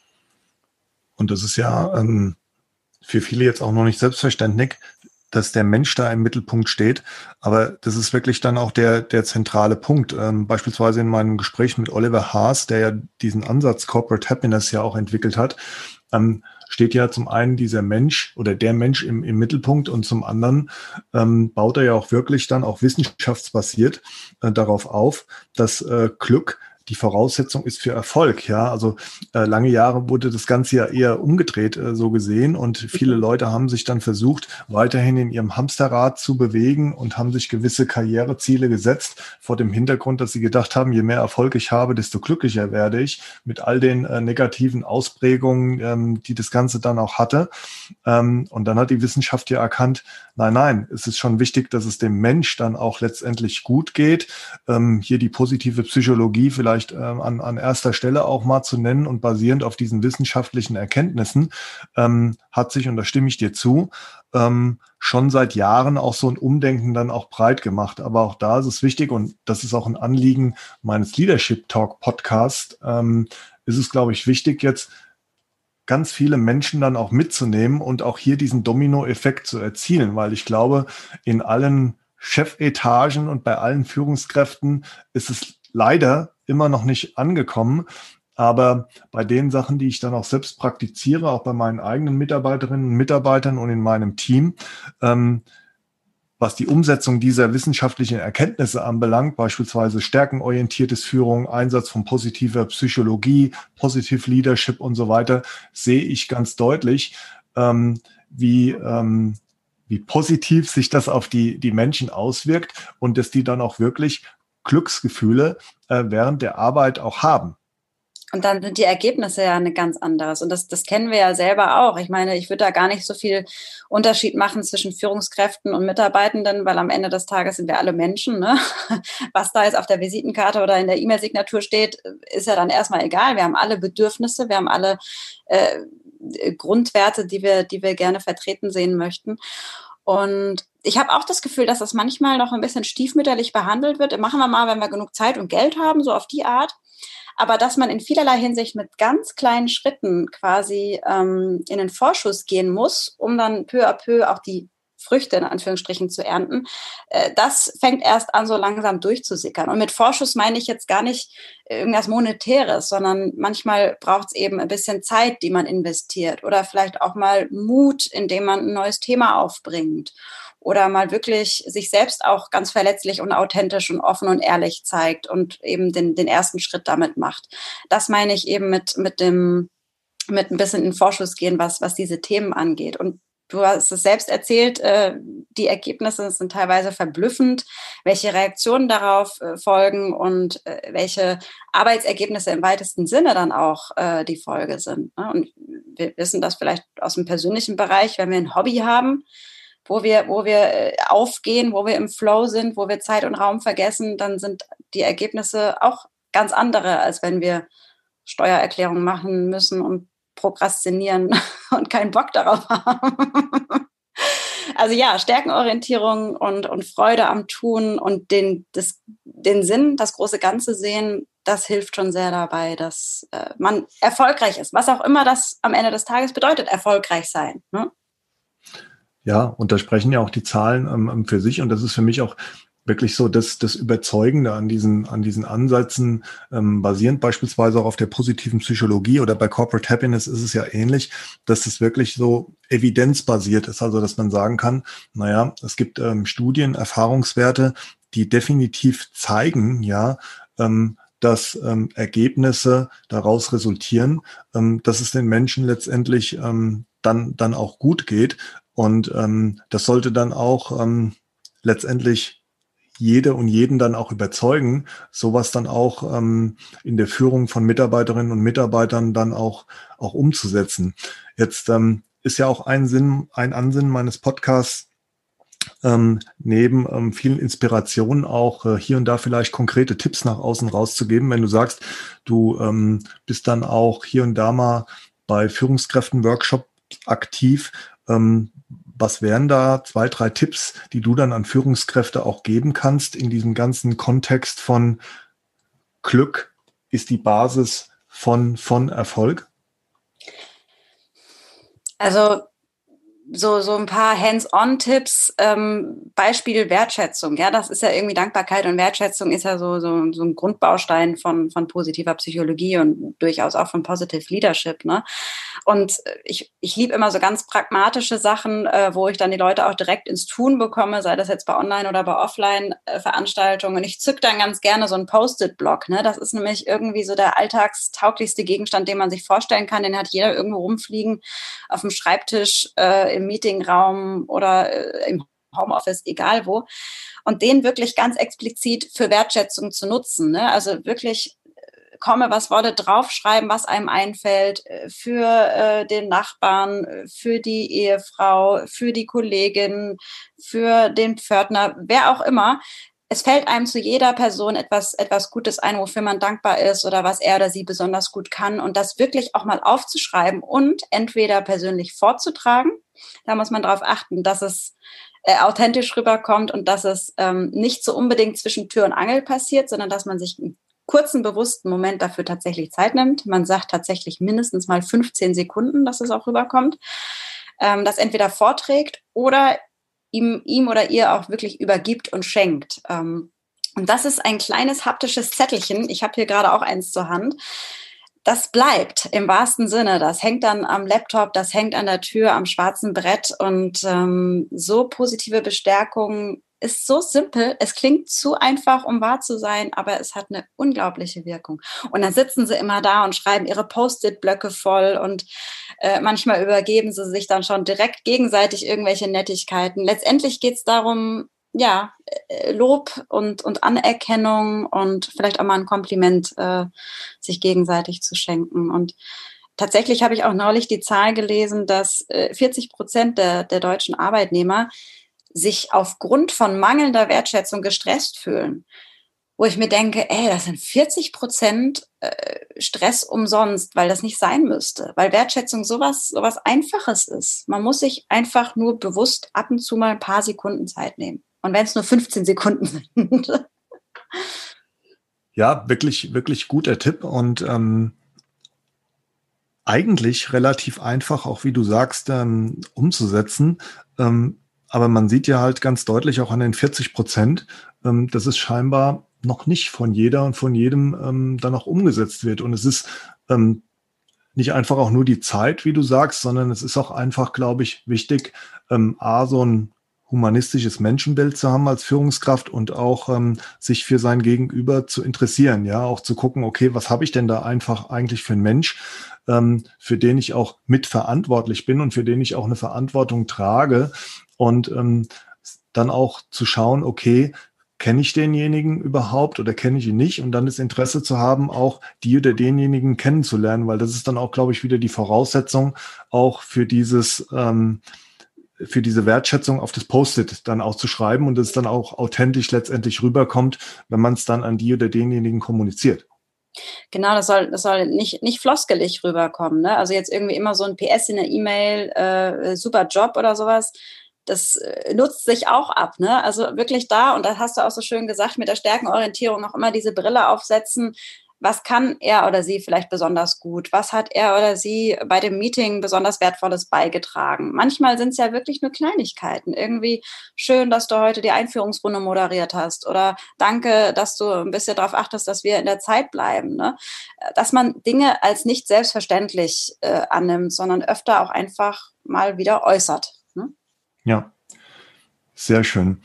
Und das ist ja ähm, für viele jetzt auch noch nicht selbstverständlich, dass der Mensch da im Mittelpunkt steht. Aber das ist wirklich dann auch der, der zentrale Punkt. Ähm, beispielsweise in meinem Gespräch mit Oliver Haas, der ja diesen Ansatz Corporate Happiness ja auch entwickelt hat, ähm, steht ja zum einen dieser Mensch oder der Mensch im, im Mittelpunkt und zum anderen ähm, baut er ja auch wirklich dann auch wissenschaftsbasiert äh, darauf auf, dass äh, Glück die Voraussetzung ist für Erfolg. Ja, also äh, lange Jahre wurde das Ganze ja eher umgedreht äh, so gesehen und viele Leute haben sich dann versucht, weiterhin in ihrem Hamsterrad zu bewegen und haben sich gewisse Karriereziele gesetzt vor dem Hintergrund, dass sie gedacht haben, je mehr Erfolg ich habe, desto glücklicher werde ich mit all den äh, negativen Ausprägungen, ähm, die das Ganze dann auch hatte. Ähm, und dann hat die Wissenschaft ja erkannt, nein, nein, es ist schon wichtig, dass es dem Mensch dann auch letztendlich gut geht. Ähm, hier die positive Psychologie vielleicht ähm, an, an erster Stelle auch mal zu nennen und basierend auf diesen wissenschaftlichen Erkenntnissen ähm, hat sich, und da stimme ich dir zu, ähm, schon seit Jahren auch so ein Umdenken dann auch breit gemacht. Aber auch da ist es wichtig, und das ist auch ein Anliegen meines Leadership Talk Podcast, ähm, ist es, glaube ich, wichtig, jetzt ganz viele Menschen dann auch mitzunehmen und auch hier diesen Dominoeffekt zu erzielen, weil ich glaube, in allen Chefetagen und bei allen Führungskräften ist es leider immer noch nicht angekommen. Aber bei den Sachen, die ich dann auch selbst praktiziere, auch bei meinen eigenen Mitarbeiterinnen und Mitarbeitern und in meinem Team, ähm, was die Umsetzung dieser wissenschaftlichen Erkenntnisse anbelangt, beispielsweise stärkenorientiertes Führung, Einsatz von positiver Psychologie, Positive Leadership und so weiter, sehe ich ganz deutlich, ähm, wie, ähm, wie positiv sich das auf die, die Menschen auswirkt und dass die dann auch wirklich Glücksgefühle äh, während der Arbeit auch haben. Und dann sind die Ergebnisse ja eine ganz anderes. Und das, das kennen wir ja selber auch. Ich meine, ich würde da gar nicht so viel Unterschied machen zwischen Führungskräften und Mitarbeitenden, weil am Ende des Tages sind wir alle Menschen. Ne? Was da jetzt auf der Visitenkarte oder in der E-Mail-Signatur steht, ist ja dann erstmal egal. Wir haben alle Bedürfnisse, wir haben alle äh, Grundwerte, die wir, die wir gerne vertreten sehen möchten. Und ich habe auch das Gefühl, dass das manchmal noch ein bisschen stiefmütterlich behandelt wird. Machen wir mal, wenn wir genug Zeit und Geld haben, so auf die Art. Aber dass man in vielerlei Hinsicht mit ganz kleinen Schritten quasi ähm, in den Vorschuss gehen muss, um dann peu à peu auch die Früchte in Anführungsstrichen zu ernten, äh, das fängt erst an, so langsam durchzusickern. Und mit Vorschuss meine ich jetzt gar nicht irgendwas Monetäres, sondern manchmal braucht es eben ein bisschen Zeit, die man investiert oder vielleicht auch mal Mut, indem man ein neues Thema aufbringt. Oder mal wirklich sich selbst auch ganz verletzlich und authentisch und offen und ehrlich zeigt und eben den, den ersten Schritt damit macht. Das meine ich eben mit, mit dem, mit ein bisschen in den Vorschuss gehen, was, was diese Themen angeht. Und du hast es selbst erzählt, äh, die Ergebnisse sind teilweise verblüffend, welche Reaktionen darauf äh, folgen und äh, welche Arbeitsergebnisse im weitesten Sinne dann auch äh, die Folge sind. Ne? Und wir wissen das vielleicht aus dem persönlichen Bereich, wenn wir ein Hobby haben, wo wir, wo wir äh, aufgehen, wo wir im Flow sind, wo wir Zeit und Raum vergessen, dann sind die Ergebnisse auch ganz andere, als wenn wir Steuererklärungen machen müssen und prokrastinieren und keinen Bock darauf haben. Also ja, Stärkenorientierung und, und Freude am Tun und den, das, den Sinn, das große Ganze sehen, das hilft schon sehr dabei, dass äh, man erfolgreich ist. Was auch immer das am Ende des Tages bedeutet, erfolgreich sein. Ne? Ja, und da sprechen ja auch die Zahlen ähm, für sich. Und das ist für mich auch wirklich so das, das Überzeugende an diesen, an diesen Ansätzen, ähm, basierend beispielsweise auch auf der positiven Psychologie oder bei Corporate Happiness ist es ja ähnlich, dass es wirklich so evidenzbasiert ist. Also, dass man sagen kann, naja, es gibt ähm, Studien, Erfahrungswerte, die definitiv zeigen, ja, ähm, dass ähm, Ergebnisse daraus resultieren, ähm, dass es den Menschen letztendlich ähm, dann, dann auch gut geht. Und ähm, das sollte dann auch ähm, letztendlich jede und jeden dann auch überzeugen, sowas dann auch ähm, in der Führung von Mitarbeiterinnen und Mitarbeitern dann auch auch umzusetzen. Jetzt ähm, ist ja auch ein Sinn, ein Ansinnen meines Podcasts, ähm, neben ähm, vielen Inspirationen auch äh, hier und da vielleicht konkrete Tipps nach außen rauszugeben. Wenn du sagst, du ähm, bist dann auch hier und da mal bei Führungskräften-Workshops aktiv, ähm, was wären da zwei, drei Tipps, die du dann an Führungskräfte auch geben kannst in diesem ganzen Kontext von Glück ist die Basis von, von Erfolg? Also so, so ein paar Hands-on-Tipps, ähm, Beispiel Wertschätzung. Ja, das ist ja irgendwie Dankbarkeit und Wertschätzung ist ja so, so, so ein Grundbaustein von, von positiver Psychologie und durchaus auch von Positive Leadership, ne? Und ich, ich liebe immer so ganz pragmatische Sachen, äh, wo ich dann die Leute auch direkt ins Tun bekomme, sei das jetzt bei Online- oder bei Offline-Veranstaltungen. Und ich zück dann ganz gerne so einen Post-it-Block, ne? Das ist nämlich irgendwie so der alltagstauglichste Gegenstand, den man sich vorstellen kann. Den hat jeder irgendwo rumfliegen, auf dem Schreibtisch, äh, im Meetingraum oder äh, im Homeoffice, egal wo. Und den wirklich ganz explizit für Wertschätzung zu nutzen, ne? Also wirklich komme, was wolle, draufschreiben, was einem einfällt, für äh, den Nachbarn, für die Ehefrau, für die Kollegin, für den Pförtner, wer auch immer. Es fällt einem zu jeder Person etwas, etwas Gutes ein, wofür man dankbar ist oder was er oder sie besonders gut kann. Und das wirklich auch mal aufzuschreiben und entweder persönlich vorzutragen. Da muss man darauf achten, dass es äh, authentisch rüberkommt und dass es ähm, nicht so unbedingt zwischen Tür und Angel passiert, sondern dass man sich kurzen, bewussten Moment dafür tatsächlich Zeit nimmt. Man sagt tatsächlich mindestens mal fünfzehn Sekunden, dass es auch rüberkommt. Ähm, das entweder vorträgt oder ihm, ihm oder ihr auch wirklich übergibt und schenkt. Ähm, und das ist ein kleines haptisches Zettelchen. Ich habe hier gerade auch eins zur Hand. Das bleibt im wahrsten Sinne. Das hängt dann am Laptop, das hängt an der Tür, am schwarzen Brett. Und ähm, so positive Bestärkung ist so simpel. Es klingt zu einfach, um wahr zu sein, aber es hat eine unglaubliche Wirkung. Und dann sitzen sie immer da und schreiben ihre Post-it-Blöcke voll und äh, manchmal übergeben sie sich dann schon direkt gegenseitig irgendwelche Nettigkeiten. Letztendlich geht es darum, ja, Lob und, und Anerkennung und vielleicht auch mal ein Kompliment äh, sich gegenseitig zu schenken. Und tatsächlich habe ich auch neulich die Zahl gelesen, dass äh, vierzig Prozent der, der deutschen Arbeitnehmer sich aufgrund von mangelnder Wertschätzung gestresst fühlen. Wo ich mir denke, ey, das sind vierzig Prozent äh, Stress umsonst, weil das nicht sein müsste. Weil Wertschätzung sowas, sowas Einfaches ist. Man muss sich einfach nur bewusst ab und zu mal ein paar Sekunden Zeit nehmen. Und wenn es nur fünfzehn Sekunden sind. Ja, wirklich, wirklich guter Tipp und ähm, eigentlich relativ einfach, auch wie du sagst, ähm, umzusetzen. Ähm, aber man sieht ja halt ganz deutlich auch an den vierzig Prozent, ähm, dass es scheinbar noch nicht von jeder und von jedem ähm, dann auch umgesetzt wird. Und es ist ähm, nicht einfach auch nur die Zeit, wie du sagst, sondern es ist auch einfach, glaube ich, wichtig, ähm, A, so ein humanistisches Menschenbild zu haben als Führungskraft und auch ähm, sich für sein Gegenüber zu interessieren, ja, auch zu gucken, okay, was habe ich denn da einfach eigentlich für einen Mensch, ähm, für den ich auch mitverantwortlich bin und für den ich auch eine Verantwortung trage und ähm, dann auch zu schauen, okay, kenne ich denjenigen überhaupt oder kenne ich ihn nicht? Und dann das Interesse zu haben, auch die oder denjenigen kennenzulernen, weil das ist dann auch, glaube ich, wieder die Voraussetzung auch für dieses ähm, für diese Wertschätzung auf das Post-it dann auch zu schreiben und es dann auch authentisch letztendlich rüberkommt, wenn man es dann an die oder denjenigen kommuniziert. Genau, das soll, das soll nicht, nicht floskelig rüberkommen. Ne? Also jetzt irgendwie immer so ein P S in der E-Mail, äh, super Job oder sowas. Das äh, nutzt sich auch ab. Ne? Also wirklich da, und das hast du auch so schön gesagt, mit der Stärkenorientierung auch immer diese Brille aufsetzen. Was kann er oder sie vielleicht besonders gut? Was hat er oder sie bei dem Meeting besonders Wertvolles beigetragen? Manchmal sind es ja wirklich nur Kleinigkeiten. Irgendwie schön, dass du heute die Einführungsrunde moderiert hast oder danke, dass du ein bisschen darauf achtest, dass wir in der Zeit bleiben. Ne? Dass man Dinge als nicht selbstverständlich äh, annimmt, sondern öfter auch einfach mal wieder äußert. Ne? Ja, sehr schön.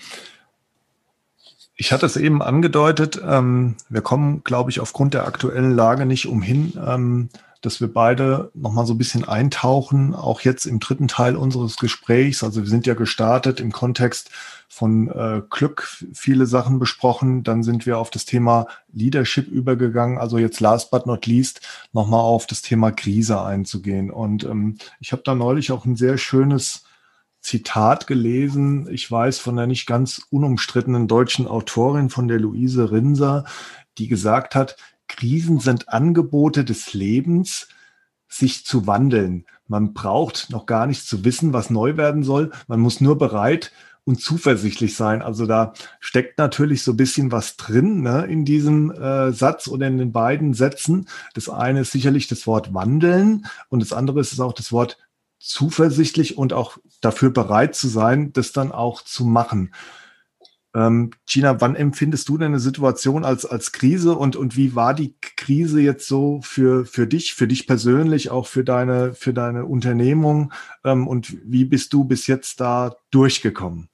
Ich hatte es eben angedeutet, ähm, wir kommen, glaube ich, aufgrund der aktuellen Lage nicht umhin, ähm, dass wir beide nochmal so ein bisschen eintauchen, auch jetzt im dritten Teil unseres Gesprächs. Also wir sind ja gestartet im Kontext von äh, Glück, viele Sachen besprochen. Dann sind wir auf das Thema Leadership übergegangen. Also jetzt last but not least nochmal auf das Thema Krise einzugehen. Und ähm, ich habe da neulich auch ein sehr schönes Zitat gelesen, ich weiß, von der nicht ganz unumstrittenen deutschen Autorin, von der Luise Rinser, die gesagt hat, Krisen sind Angebote des Lebens, sich zu wandeln. Man braucht noch gar nicht zu wissen, was neu werden soll. Man muss nur bereit und zuversichtlich sein. Also da steckt natürlich so ein bisschen was drin, ne, in diesem äh, Satz oder in den beiden Sätzen. Das eine ist sicherlich das Wort wandeln und das andere ist auch das Wort zuversichtlich und auch dafür bereit zu sein, das dann auch zu machen. Ähm, Gina, wann empfindest du denn eine Situation als, als Krise und, und wie war die Krise jetzt so für, für dich, für dich persönlich, auch für deine, für deine Unternehmung? Ähm, und wie bist du bis jetzt da durchgekommen?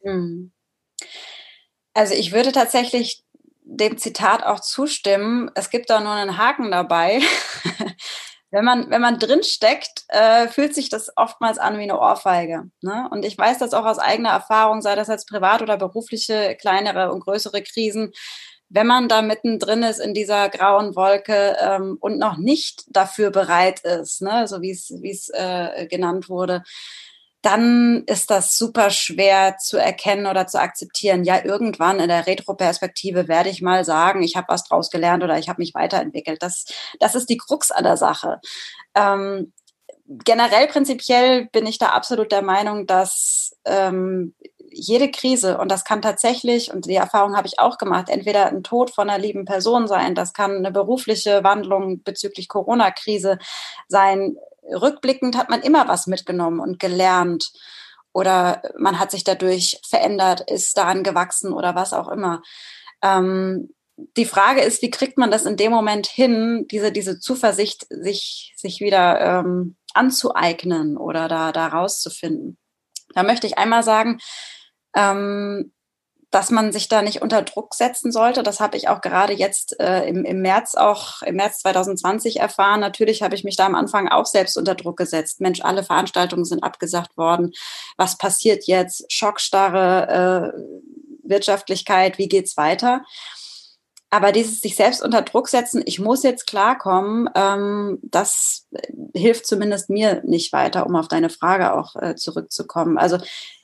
Also ich würde tatsächlich dem Zitat auch zustimmen. Es gibt da nur einen Haken dabei. Wenn man, wenn man drin steckt, äh, fühlt sich das oftmals an wie eine Ohrfeige. Ne? Und ich weiß das auch aus eigener Erfahrung, sei das jetzt privat oder berufliche, kleinere und größere Krisen. Wenn man da mittendrin ist in dieser grauen Wolke ähm, und noch nicht dafür bereit ist, ne? So wie es, wie es äh, genannt wurde, dann ist das super schwer zu erkennen oder zu akzeptieren. Ja, irgendwann in der Retroperspektive werde ich mal sagen, ich habe was draus gelernt oder ich habe mich weiterentwickelt. Das, das ist die Krux an der Sache. Ähm, generell prinzipiell bin ich da absolut der Meinung, dass ähm, jede Krise, und das kann tatsächlich, und die Erfahrung habe ich auch gemacht, entweder ein Tod von einer lieben Person sein, das kann eine berufliche Wandlung bezüglich Corona-Krise sein. Rückblickend hat man immer was mitgenommen und gelernt oder man hat sich dadurch verändert, ist daran gewachsen oder was auch immer. Ähm, die Frage ist, wie kriegt man das in dem Moment hin, diese, diese Zuversicht sich, sich wieder ähm, anzueignen oder da, da rauszufinden? Da möchte ich einmal sagen, ähm, dass man sich da nicht unter Druck setzen sollte. Das habe ich auch gerade jetzt äh, im, im März auch, im März zwanzig zwanzig erfahren. Natürlich habe ich mich da am Anfang auch selbst unter Druck gesetzt. Mensch, alle Veranstaltungen sind abgesagt worden. Was passiert jetzt? Schockstarre, äh, Wirtschaftlichkeit, wie geht's weiter? Aber dieses sich selbst unter Druck setzen, ich muss jetzt klarkommen, ähm, das hilft zumindest mir nicht weiter, um auf deine Frage auch äh, zurückzukommen. Also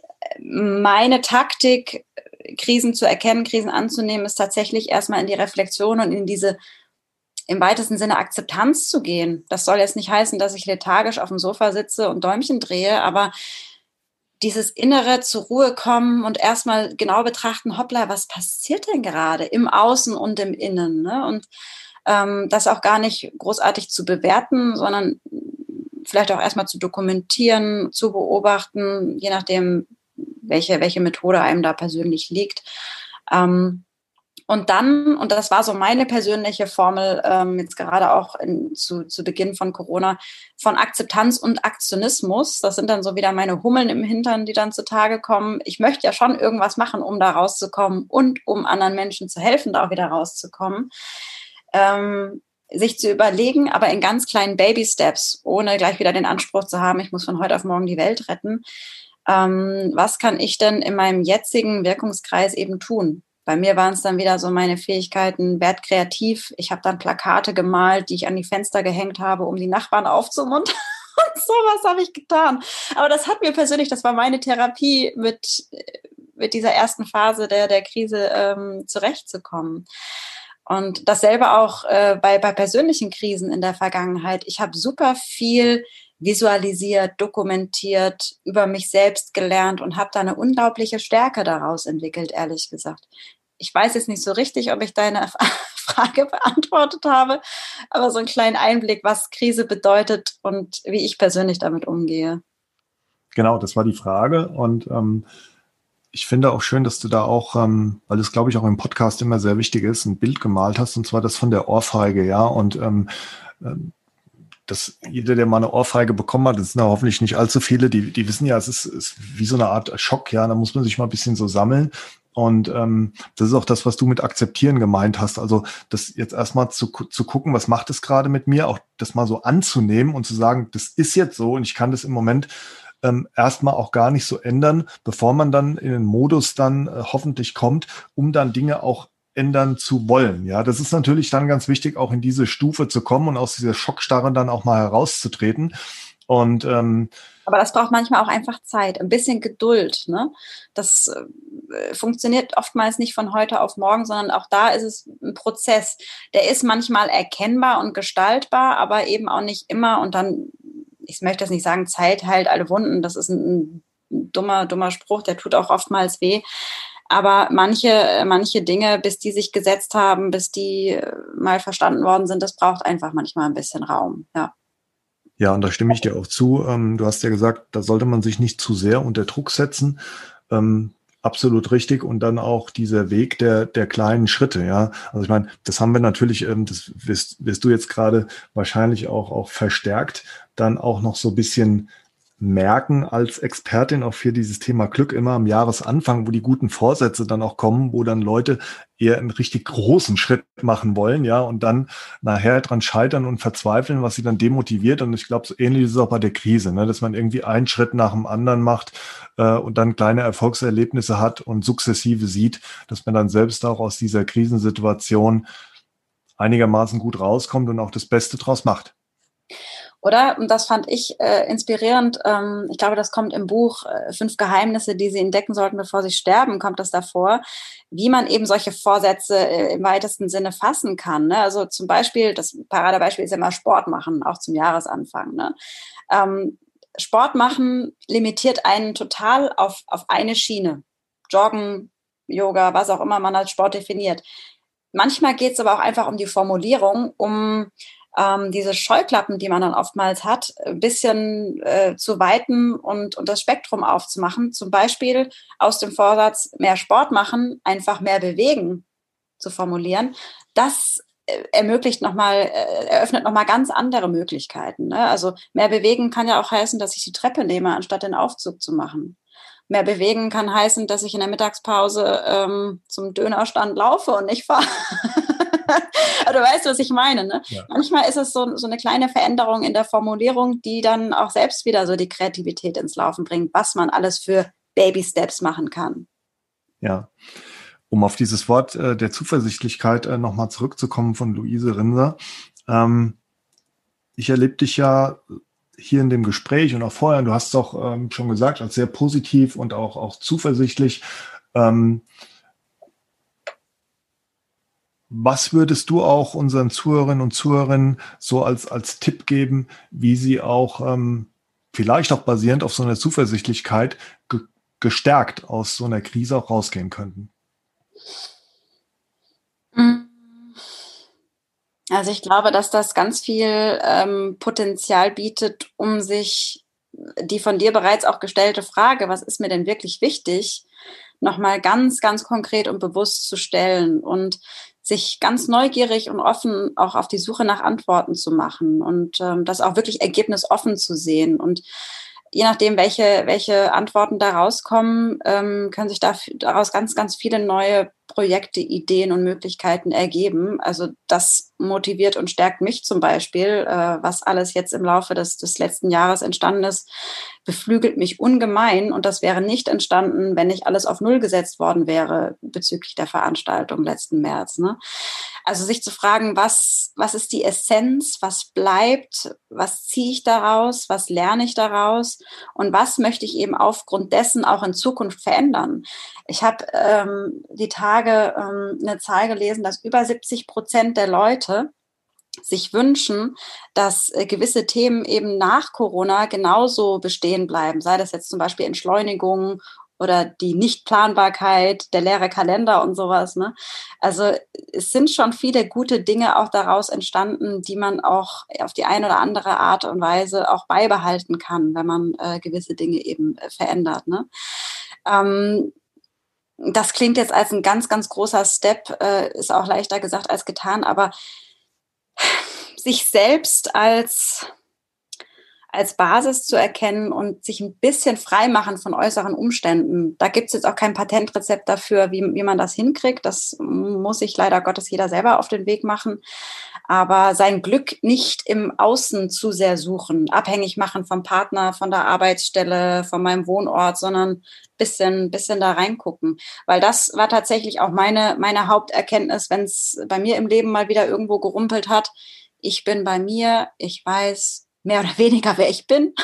meine Taktik, Krisen zu erkennen, Krisen anzunehmen, ist tatsächlich erstmal in die Reflexion und in diese im weitesten Sinne Akzeptanz zu gehen. Das soll jetzt nicht heißen, dass ich lethargisch auf dem Sofa sitze und Däumchen drehe, aber dieses innere zur Ruhe kommen und erstmal genau betrachten, hoppla, was passiert denn gerade im Außen und im Innen? Ne? Und ähm, das auch gar nicht großartig zu bewerten, sondern vielleicht auch erstmal zu dokumentieren, zu beobachten, je nachdem, welche, welche Methode einem da persönlich liegt. Ähm, Und dann, und das war so meine persönliche Formel, ähm, jetzt gerade auch in, zu, zu Beginn von Corona, von Akzeptanz und Aktionismus. Das sind dann so wieder meine Hummeln im Hintern, die dann zutage kommen. Ich möchte ja schon irgendwas machen, um da rauszukommen und um anderen Menschen zu helfen, da auch wieder rauszukommen. Ähm, sich zu überlegen, aber in ganz kleinen Baby-Steps, ohne gleich wieder den Anspruch zu haben, ich muss von heute auf morgen die Welt retten. Ähm, was kann ich denn in meinem jetzigen Wirkungskreis eben tun? Bei mir waren es dann wieder so meine Fähigkeiten, werd kreativ. Ich habe dann Plakate gemalt, die ich an die Fenster gehängt habe, um die Nachbarn aufzumuntern. Und sowas habe ich getan. Aber das hat mir persönlich, das war meine Therapie, mit, mit dieser ersten Phase der, der Krise ähm, zurechtzukommen. Und dasselbe auch äh, bei, bei persönlichen Krisen in der Vergangenheit. Ich habe super viel visualisiert, dokumentiert, über mich selbst gelernt und habe da eine unglaubliche Stärke daraus entwickelt, ehrlich gesagt. Ich weiß jetzt nicht so richtig, ob ich deine Frage beantwortet habe, aber so einen kleinen Einblick, was Krise bedeutet und wie ich persönlich damit umgehe. Genau, das war die Frage. Und ähm, ich finde auch schön, dass du da auch, ähm, weil es, glaube ich, auch im Podcast immer sehr wichtig ist, ein Bild gemalt hast, und zwar das von der Ohrfeige, ja. Und ähm, dass jeder, der mal eine Ohrfeige bekommen hat, das sind ja hoffentlich nicht allzu viele, die, die wissen ja, es ist, ist wie so eine Art Schock, ja, da muss man sich mal ein bisschen so sammeln. Und ähm, das ist auch das, was du mit akzeptieren gemeint hast. Also das jetzt erstmal zu, zu gucken, was macht es gerade mit mir, auch das mal so anzunehmen und zu sagen, das ist jetzt so und ich kann das im Moment ähm, erstmal auch gar nicht so ändern, bevor man dann in den Modus dann äh, hoffentlich kommt, um dann Dinge auch ändern zu wollen. Ja, das ist natürlich dann ganz wichtig, auch in diese Stufe zu kommen und aus dieser Schockstarre dann auch mal herauszutreten. Und ähm, aber das braucht manchmal auch einfach Zeit, ein bisschen Geduld. Ne? Das äh, funktioniert oftmals nicht von heute auf morgen, sondern auch da ist es ein Prozess. Der ist manchmal erkennbar und gestaltbar, aber eben auch nicht immer. Und dann, ich möchte das nicht sagen, Zeit heilt alle Wunden. Das ist ein, ein dummer, dummer Spruch, der tut auch oftmals weh. Aber manche, manche Dinge, bis die sich gesetzt haben, bis die mal verstanden worden sind, das braucht einfach manchmal ein bisschen Raum. Ja. Ja, und da stimme ich dir auch zu. Ähm, du hast ja gesagt, da sollte man sich nicht zu sehr unter Druck setzen. Ähm, absolut richtig. Und dann auch dieser Weg der, der kleinen Schritte. Ja, also ich meine, das haben wir natürlich, ähm, das wirst, wirst du jetzt gerade wahrscheinlich auch, auch verstärkt, dann auch noch so ein bisschen merken als Expertin auch für dieses Thema Glück immer am Jahresanfang, wo die guten Vorsätze dann auch kommen, wo dann Leute eher einen richtig großen Schritt machen wollen, ja, und dann nachher dran scheitern und verzweifeln, was sie dann demotiviert. Und ich glaube, so ähnlich ist es auch bei der Krise, ne, dass man irgendwie einen Schritt nach dem anderen macht äh, und dann kleine Erfolgserlebnisse hat und sukzessive sieht, dass man dann selbst auch aus dieser Krisensituation einigermaßen gut rauskommt und auch das Beste draus macht. Oder? Und das fand ich äh, inspirierend. Ähm, ich glaube, das kommt im Buch äh, Fünf Geheimnisse, die Sie entdecken sollten, bevor Sie sterben, kommt das davor, wie man eben solche Vorsätze äh, im weitesten Sinne fassen kann. Ne? Also zum Beispiel, das Paradebeispiel ist ja immer Sport machen, auch zum Jahresanfang. Ne? Ähm, Sport machen limitiert einen total auf, auf eine Schiene. Joggen, Yoga, was auch immer man als Sport definiert. Manchmal geht es aber auch einfach um die Formulierung, um ähm, diese Scheuklappen, die man dann oftmals hat, ein bisschen äh, zu weiten und, und das Spektrum aufzumachen. Zum Beispiel aus dem Vorsatz mehr Sport machen, einfach mehr bewegen zu formulieren. Das äh, ermöglicht nochmal, äh, eröffnet nochmal ganz andere Möglichkeiten. Ne? Also mehr bewegen kann ja auch heißen, dass ich die Treppe nehme, anstatt den Aufzug zu machen. Mehr bewegen kann heißen, dass ich in der Mittagspause ähm, zum Dönerstand laufe und nicht fahre. Du weißt, was ich meine. Ne? Ja. Manchmal ist es so, so eine kleine Veränderung in der Formulierung, die dann auch selbst wieder so die Kreativität ins Laufen bringt, was man alles für Baby-Steps machen kann. Ja, um auf dieses Wort äh, der Zuversichtlichkeit äh, nochmal zurückzukommen von Luise Rinser. Ähm, ich erlebe dich ja hier in dem Gespräch und auch vorher, du hast es auch ähm, schon gesagt, als sehr positiv und auch, auch zuversichtlich. Ähm, Was würdest du auch unseren Zuhörerinnen und Zuhörern so als, als Tipp geben, wie sie auch ähm, vielleicht auch basierend auf so einer Zuversichtlichkeit ge- gestärkt aus so einer Krise auch rausgehen könnten? Also ich glaube, dass das ganz viel ähm, Potenzial bietet, um sich die von dir bereits auch gestellte Frage, was ist mir denn wirklich wichtig, nochmal ganz, ganz konkret und bewusst zu stellen und sich ganz neugierig und offen auch auf die Suche nach Antworten zu machen und ähm, das auch wirklich ergebnisoffen zu sehen. Und je nachdem, welche, welche Antworten da rauskommen, ähm, können sich da, daraus ganz, ganz viele neue Projekte, Ideen und Möglichkeiten ergeben. Also das motiviert und stärkt mich zum Beispiel, äh, was alles jetzt im Laufe des, des letzten Jahres entstanden ist, beflügelt mich ungemein. Und das wäre nicht entstanden, wenn nicht alles auf Null gesetzt worden wäre bezüglich der Veranstaltung letzten März. Ne? Also sich zu fragen, was, was ist die Essenz, was bleibt, was ziehe ich daraus, was lerne ich daraus und was möchte ich eben aufgrund dessen auch in Zukunft verändern. Ich habe ähm, die Tage ähm, eine Zahl gelesen, dass über siebzig Prozent der Leute sich wünschen, dass äh, gewisse Themen eben nach Corona genauso bestehen bleiben, sei das jetzt zum Beispiel Entschleunigung oder die Nichtplanbarkeit, der leere Kalender und sowas. Ne? Also es sind schon viele gute Dinge auch daraus entstanden, die man auch auf die eine oder andere Art und Weise auch beibehalten kann, wenn man äh, gewisse Dinge eben äh, verändert. Ne? Ähm, das klingt jetzt als ein ganz, ganz großer Step, äh, ist auch leichter gesagt als getan, aber sich selbst als als Basis zu erkennen und sich ein bisschen frei machen von äußeren Umständen. Da gibt es jetzt auch kein Patentrezept dafür, wie, wie man das hinkriegt. Das muss sich leider Gottes jeder selber auf den Weg machen. Aber sein Glück nicht im Außen zu sehr suchen, abhängig machen vom Partner, von der Arbeitsstelle, von meinem Wohnort, sondern bisschen, bisschen da reingucken. Weil das war tatsächlich auch meine, meine Haupterkenntnis, wenn es bei mir im Leben mal wieder irgendwo gerumpelt hat. Ich bin bei mir, ich weiß mehr oder weniger, wer ich bin.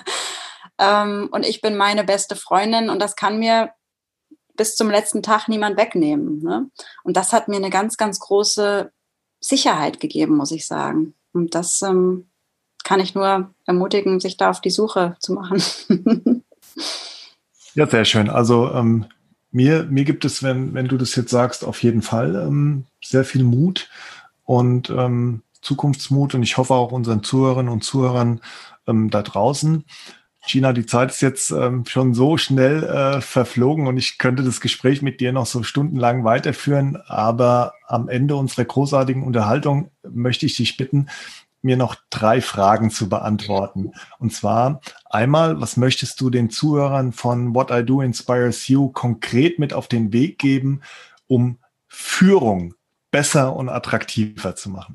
ähm, und ich bin meine beste Freundin und das kann mir bis zum letzten Tag niemand wegnehmen. Ne? Und das hat mir eine ganz, ganz große Sicherheit gegeben, muss ich sagen. Und das ähm, kann ich nur ermutigen, sich da auf die Suche zu machen. Ja, sehr schön. Also ähm, mir, mir gibt es, wenn, wenn du das jetzt sagst, auf jeden Fall ähm, sehr viel Mut und ähm, Zukunftsmut und ich hoffe auch unseren Zuhörerinnen und Zuhörern ähm, da draußen. Gina, die Zeit ist jetzt ähm, schon so schnell äh, verflogen und ich könnte das Gespräch mit dir noch so stundenlang weiterführen, aber am Ende unserer großartigen Unterhaltung möchte ich dich bitten, mir noch drei Fragen zu beantworten. Und zwar einmal, was möchtest du den Zuhörern von What I Do Inspires You konkret mit auf den Weg geben, um Führung besser und attraktiver zu machen?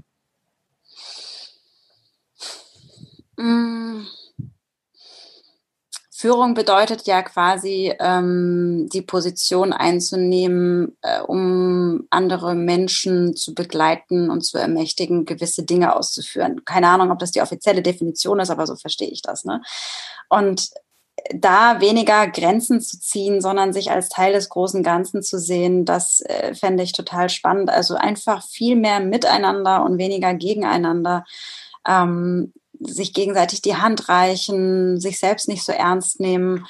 Führung bedeutet ja quasi, ähm, die Position einzunehmen, äh, um andere Menschen zu begleiten und zu ermächtigen, gewisse Dinge auszuführen. Keine Ahnung, ob das die offizielle Definition ist, aber so verstehe ich das. Ne? Und da weniger Grenzen zu ziehen, sondern sich als Teil des großen Ganzen zu sehen, das äh, fände ich total spannend. Also einfach viel mehr miteinander und weniger gegeneinander. Ähm, sich gegenseitig die Hand reichen, sich selbst nicht so ernst nehmen.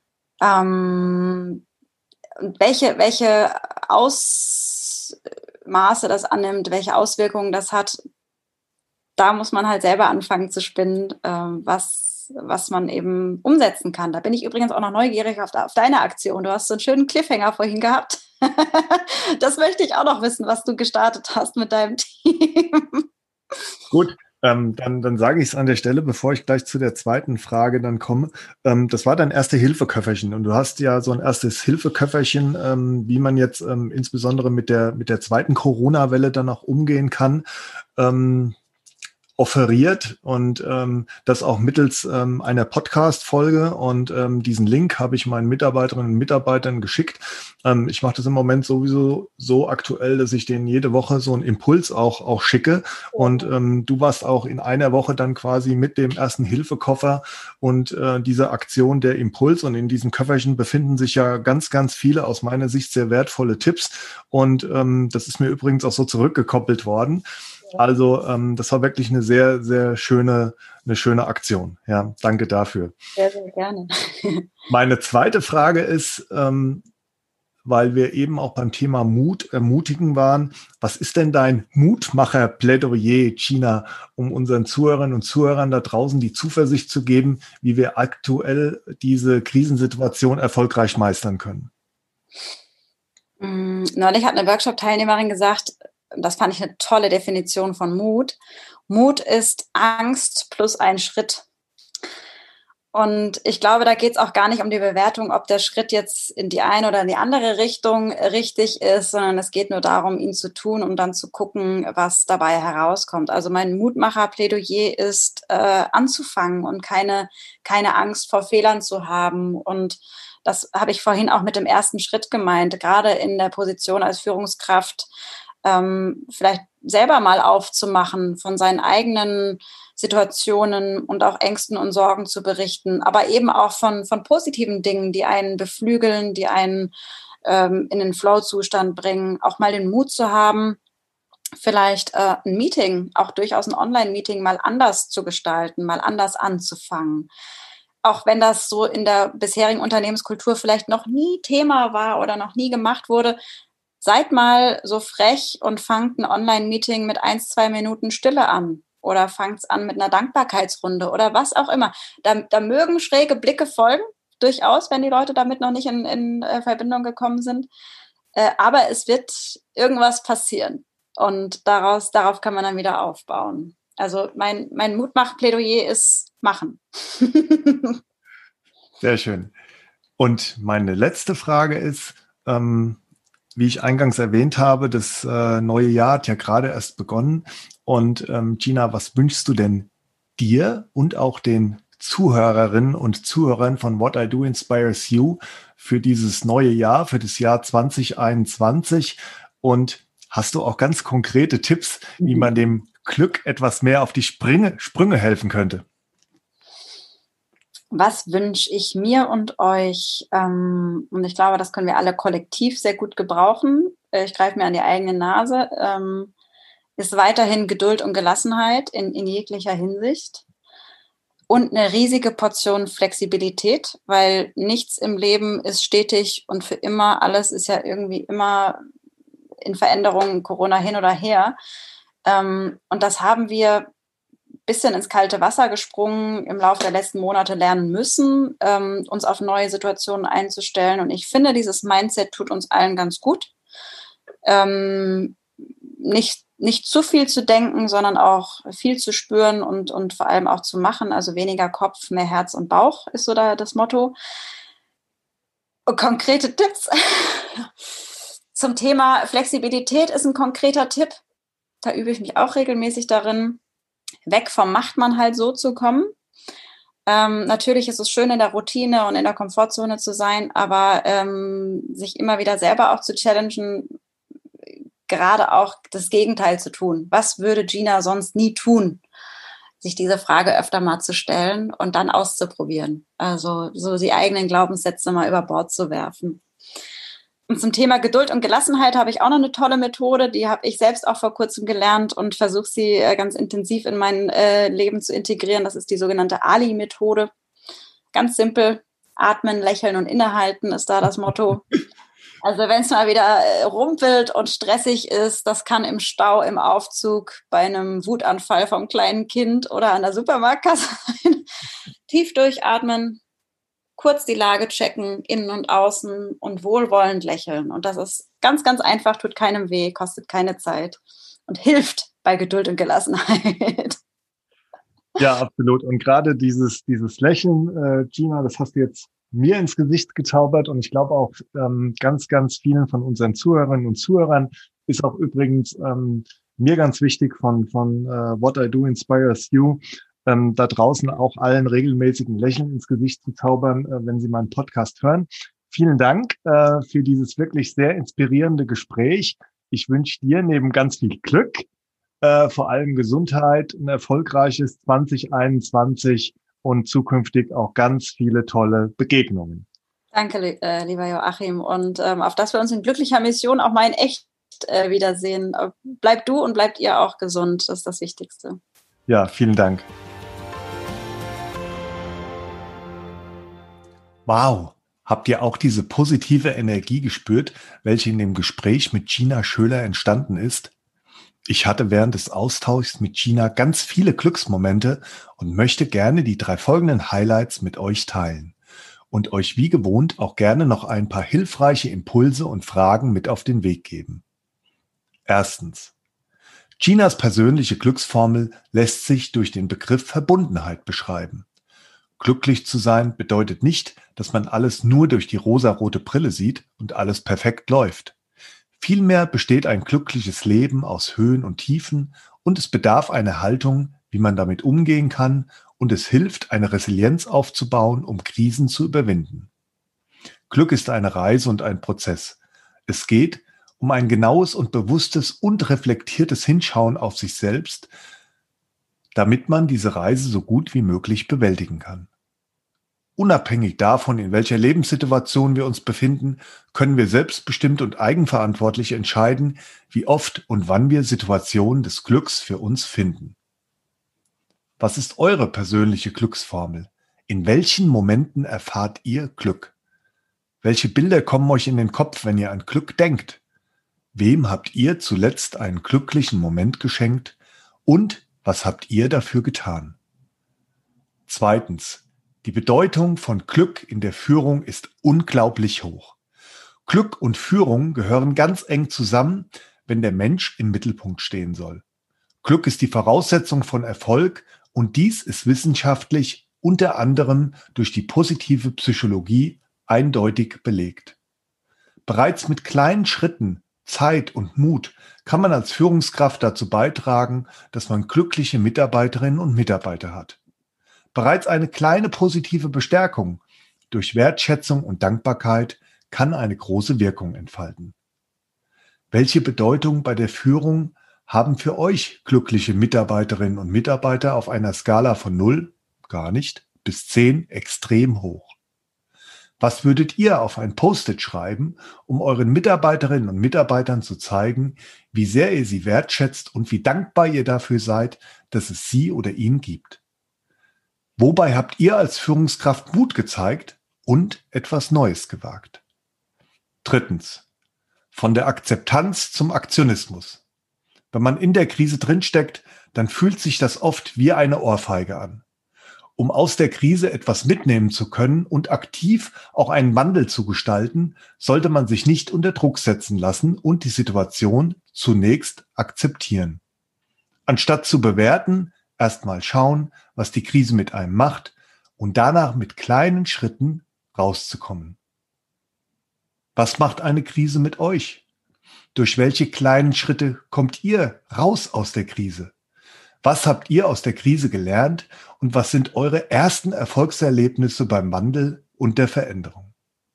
Ähm, und welche, welche Ausmaße das annimmt, welche Auswirkungen das hat, da muss man halt selber anfangen zu spinnen, ähm, was, was man eben umsetzen kann. Da bin ich übrigens auch noch neugierig auf, auf deine Aktion. Du hast so einen schönen Cliffhanger vorhin gehabt. Das möchte ich auch noch wissen, was du gestartet hast mit deinem Team. Gut. Ähm, dann, dann sage ich es an der Stelle, bevor ich gleich zu der zweiten Frage dann komme. Ähm, das war dein erste Hilfeköfferchen und du hast ja so ein erstes Hilfeköfferchen, ähm, wie man jetzt ähm, insbesondere mit der, mit der zweiten Corona-Welle dann auch umgehen kann, ähm, offeriert und ähm, das auch mittels ähm, einer Podcast-Folge und ähm, diesen Link habe ich meinen Mitarbeiterinnen und Mitarbeitern geschickt. Ähm, ich mache das im Moment sowieso so aktuell, dass ich denen jede Woche so einen Impuls auch auch schicke und ähm, du warst auch in einer Woche dann quasi mit dem ersten Hilfekoffer und äh, dieser Aktion der Impuls und in diesem Köfferchen befinden sich ja ganz, ganz viele aus meiner Sicht sehr wertvolle Tipps und ähm, das ist mir übrigens auch so zurückgekoppelt worden. Also ähm, das war wirklich eine sehr, sehr schöne, eine schöne Aktion. Ja, danke dafür. Sehr, sehr gerne. Meine zweite Frage ist, ähm, weil wir eben auch beim Thema Mut ermutigen waren, was ist denn dein Mutmacher-Plädoyer, Gina, um unseren Zuhörerinnen und Zuhörern da draußen die Zuversicht zu geben, wie wir aktuell diese Krisensituation erfolgreich meistern können? Mm, Neulich hat eine Workshop-Teilnehmerin gesagt, das fand ich eine tolle Definition von Mut. Mut ist Angst plus ein Schritt. Und ich glaube, da geht es auch gar nicht um die Bewertung, ob der Schritt jetzt in die eine oder in die andere Richtung richtig ist, sondern es geht nur darum, ihn zu tun, um dann zu gucken, was dabei herauskommt. Also mein Mutmacher-Plädoyer ist, äh, anzufangen und keine, keine Angst vor Fehlern zu haben. Und das habe ich vorhin auch mit dem ersten Schritt gemeint, gerade in der Position als Führungskraft, ähm, vielleicht selber mal aufzumachen, von seinen eigenen Situationen und auch Ängsten und Sorgen zu berichten, aber eben auch von, von positiven Dingen, die einen beflügeln, die einen ähm, in den Flow-Zustand bringen, auch mal den Mut zu haben, vielleicht äh, ein Meeting, auch durchaus ein Online-Meeting mal anders zu gestalten, mal anders anzufangen. Auch wenn das so in der bisherigen Unternehmenskultur vielleicht noch nie Thema war oder noch nie gemacht wurde, seid mal so frech und fangt ein Online-Meeting mit eins, zwei Minuten Stille an. Oder fangt es an mit einer Dankbarkeitsrunde oder was auch immer. Da, da mögen schräge Blicke folgen, durchaus, wenn die Leute damit noch nicht in, in äh, Verbindung gekommen sind. Äh, aber es wird irgendwas passieren. Und daraus, darauf kann man dann wieder aufbauen. Also mein, mein Mutmach-Plädoyer ist machen. Sehr schön. Und meine letzte Frage ist, ähm, wie ich eingangs erwähnt habe, das äh, neue Jahr hat ja gerade erst begonnen. Und ähm, Gina, was wünschst du denn dir und auch den Zuhörerinnen und Zuhörern von What I Do Inspires You für dieses neue Jahr, für das Jahr zwanzig einundzwanzig? Und hast du auch ganz konkrete Tipps, wie man dem Glück etwas mehr auf die Sprünge, Sprünge helfen könnte? Was wünsche ich mir und euch? Ähm, und ich glaube, das können wir alle kollektiv sehr gut gebrauchen. Ich greife mir an die eigene Nase. Ähm, ist weiterhin Geduld und Gelassenheit in, in jeglicher Hinsicht. Und eine riesige Portion Flexibilität, weil nichts im Leben ist stetig und für immer. Alles ist ja irgendwie immer in Veränderung, Corona hin oder her. Ähm, und das haben wir bisschen ins kalte Wasser gesprungen im Laufe der letzten Monate lernen müssen, ähm, uns auf neue Situationen einzustellen. Und ich finde, dieses Mindset tut uns allen ganz gut. Ähm, nicht, nicht zu viel zu denken, sondern auch viel zu spüren und, und vor allem auch zu machen. Also weniger Kopf, mehr Herz und Bauch ist so da das Motto. Und konkrete Tipps zum Thema Flexibilität ist ein konkreter Tipp. Da übe ich mich auch regelmäßig darin, weg vom macht man halt so zu kommen. Ähm, natürlich ist es schön, in der Routine und in der Komfortzone zu sein, aber ähm, sich immer wieder selber auch zu challengen, gerade auch das Gegenteil zu tun. Was würde Gina sonst nie tun? Sich diese Frage öfter mal zu stellen und dann auszuprobieren. Also so die eigenen Glaubenssätze mal über Bord zu werfen. Und zum Thema Geduld und Gelassenheit habe ich auch noch eine tolle Methode, die habe ich selbst auch vor kurzem gelernt und versuche sie äh, ganz intensiv in mein äh, Leben zu integrieren. Das ist die sogenannte A L I-Methode. Ganz simpel, atmen, lächeln und innehalten ist da das Motto. Also wenn es mal wieder äh, rumpelt und stressig ist, das kann im Stau, im Aufzug, bei einem Wutanfall vom kleinen Kind oder an der Supermarktkasse sein. Tief durchatmen, kurz die Lage checken, innen und außen und wohlwollend lächeln. Und das ist ganz, ganz einfach, tut keinem weh, kostet keine Zeit und hilft bei Geduld und Gelassenheit. Ja, absolut. Und gerade dieses, dieses Lächeln, äh, Gina, das hast du jetzt mir ins Gesicht gezaubert. Und ich glaube auch ähm, ganz, ganz vielen von unseren Zuhörerinnen und Zuhörern ist auch übrigens ähm, mir ganz wichtig von, von äh, What I Do Inspires You, Ähm, da draußen auch allen regelmäßigen Lächeln ins Gesicht zu zaubern, äh, wenn Sie meinen Podcast hören. Vielen Dank äh, für dieses wirklich sehr inspirierende Gespräch. Ich wünsche dir neben ganz viel Glück, äh, vor allem Gesundheit, ein erfolgreiches zwanzig einundzwanzig und zukünftig auch ganz viele tolle Begegnungen. Danke, äh, lieber Joachim. Und ähm, auf dass wir uns in glücklicher Mission auch mal in echt äh, wiedersehen. Bleib du und bleibt ihr auch gesund. Das ist das Wichtigste. Ja, vielen Dank. Wow, habt ihr auch diese positive Energie gespürt, welche in dem Gespräch mit Gina Schöler entstanden ist? Ich hatte während des Austauschs mit Gina ganz viele Glücksmomente und möchte gerne die drei folgenden Highlights mit euch teilen. und euch wie gewohnt auch gerne noch ein paar hilfreiche Impulse und Fragen mit auf den Weg geben. Erstens. Ginas persönliche Glücksformel lässt sich durch den Begriff Verbundenheit beschreiben. Glücklich zu sein bedeutet nicht, dass man alles nur durch die rosarote Brille sieht und alles perfekt läuft. Vielmehr besteht ein glückliches Leben aus Höhen und Tiefen und es bedarf einer Haltung, wie man damit umgehen kann, und es hilft, eine Resilienz aufzubauen, um Krisen zu überwinden. Glück ist eine Reise und ein Prozess. Es geht um ein genaues und bewusstes und reflektiertes Hinschauen auf sich selbst, damit man diese Reise so gut wie möglich bewältigen kann. Unabhängig davon, in welcher Lebenssituation wir uns befinden, können wir selbstbestimmt und eigenverantwortlich entscheiden, wie oft und wann wir Situationen des Glücks für uns finden. Was ist eure persönliche Glücksformel? In welchen Momenten erfahrt ihr Glück? Welche Bilder kommen euch in den Kopf, wenn ihr an Glück denkt? Wem habt ihr zuletzt einen glücklichen Moment geschenkt und was habt ihr dafür getan? Zweitens. Die Bedeutung von Glück in der Führung ist unglaublich hoch. Glück und Führung gehören ganz eng zusammen, wenn der Mensch im Mittelpunkt stehen soll. Glück ist die Voraussetzung von Erfolg und dies ist wissenschaftlich unter anderem durch die positive Psychologie eindeutig belegt. Bereits mit kleinen Schritten, Zeit und Mut kann man als Führungskraft dazu beitragen, dass man glückliche Mitarbeiterinnen und Mitarbeiter hat. Bereits eine kleine positive Bestärkung durch Wertschätzung und Dankbarkeit kann eine große Wirkung entfalten. Welche Bedeutung bei der Führung haben für euch glückliche Mitarbeiterinnen und Mitarbeiter auf einer Skala von null, gar nicht, bis zehn extrem hoch? Was würdet ihr auf ein Post-it schreiben, um euren Mitarbeiterinnen und Mitarbeitern zu zeigen, wie sehr ihr sie wertschätzt und wie dankbar ihr dafür seid, dass es sie oder ihn gibt? Wobei habt ihr als Führungskraft Mut gezeigt und etwas Neues gewagt? Drittens. Von der Akzeptanz zum Aktionismus. Wenn man in der Krise drinsteckt, dann fühlt sich das oft wie eine Ohrfeige an. Um aus der Krise etwas mitnehmen zu können und aktiv auch einen Wandel zu gestalten, sollte man sich nicht unter Druck setzen lassen und die Situation zunächst akzeptieren. Anstatt zu bewerten, erstmal schauen, was die Krise mit einem macht und danach mit kleinen Schritten rauszukommen. Was macht eine Krise mit euch? Durch welche kleinen Schritte kommt ihr raus aus der Krise? Was habt ihr aus der Krise gelernt und was sind eure ersten Erfolgserlebnisse beim Wandel und der Veränderung?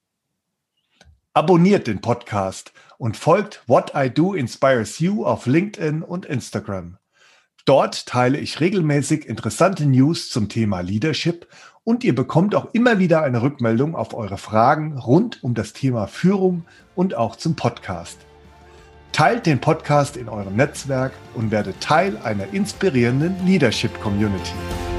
Abonniert den Podcast und folgt What I Do Inspires You auf LinkedIn und Instagram. Dort teile ich regelmäßig interessante News zum Thema Leadership und ihr bekommt auch immer wieder eine Rückmeldung auf eure Fragen rund um das Thema Führung und auch zum Podcast. Teilt den Podcast in eurem Netzwerk und werdet Teil einer inspirierenden Leadership-Community.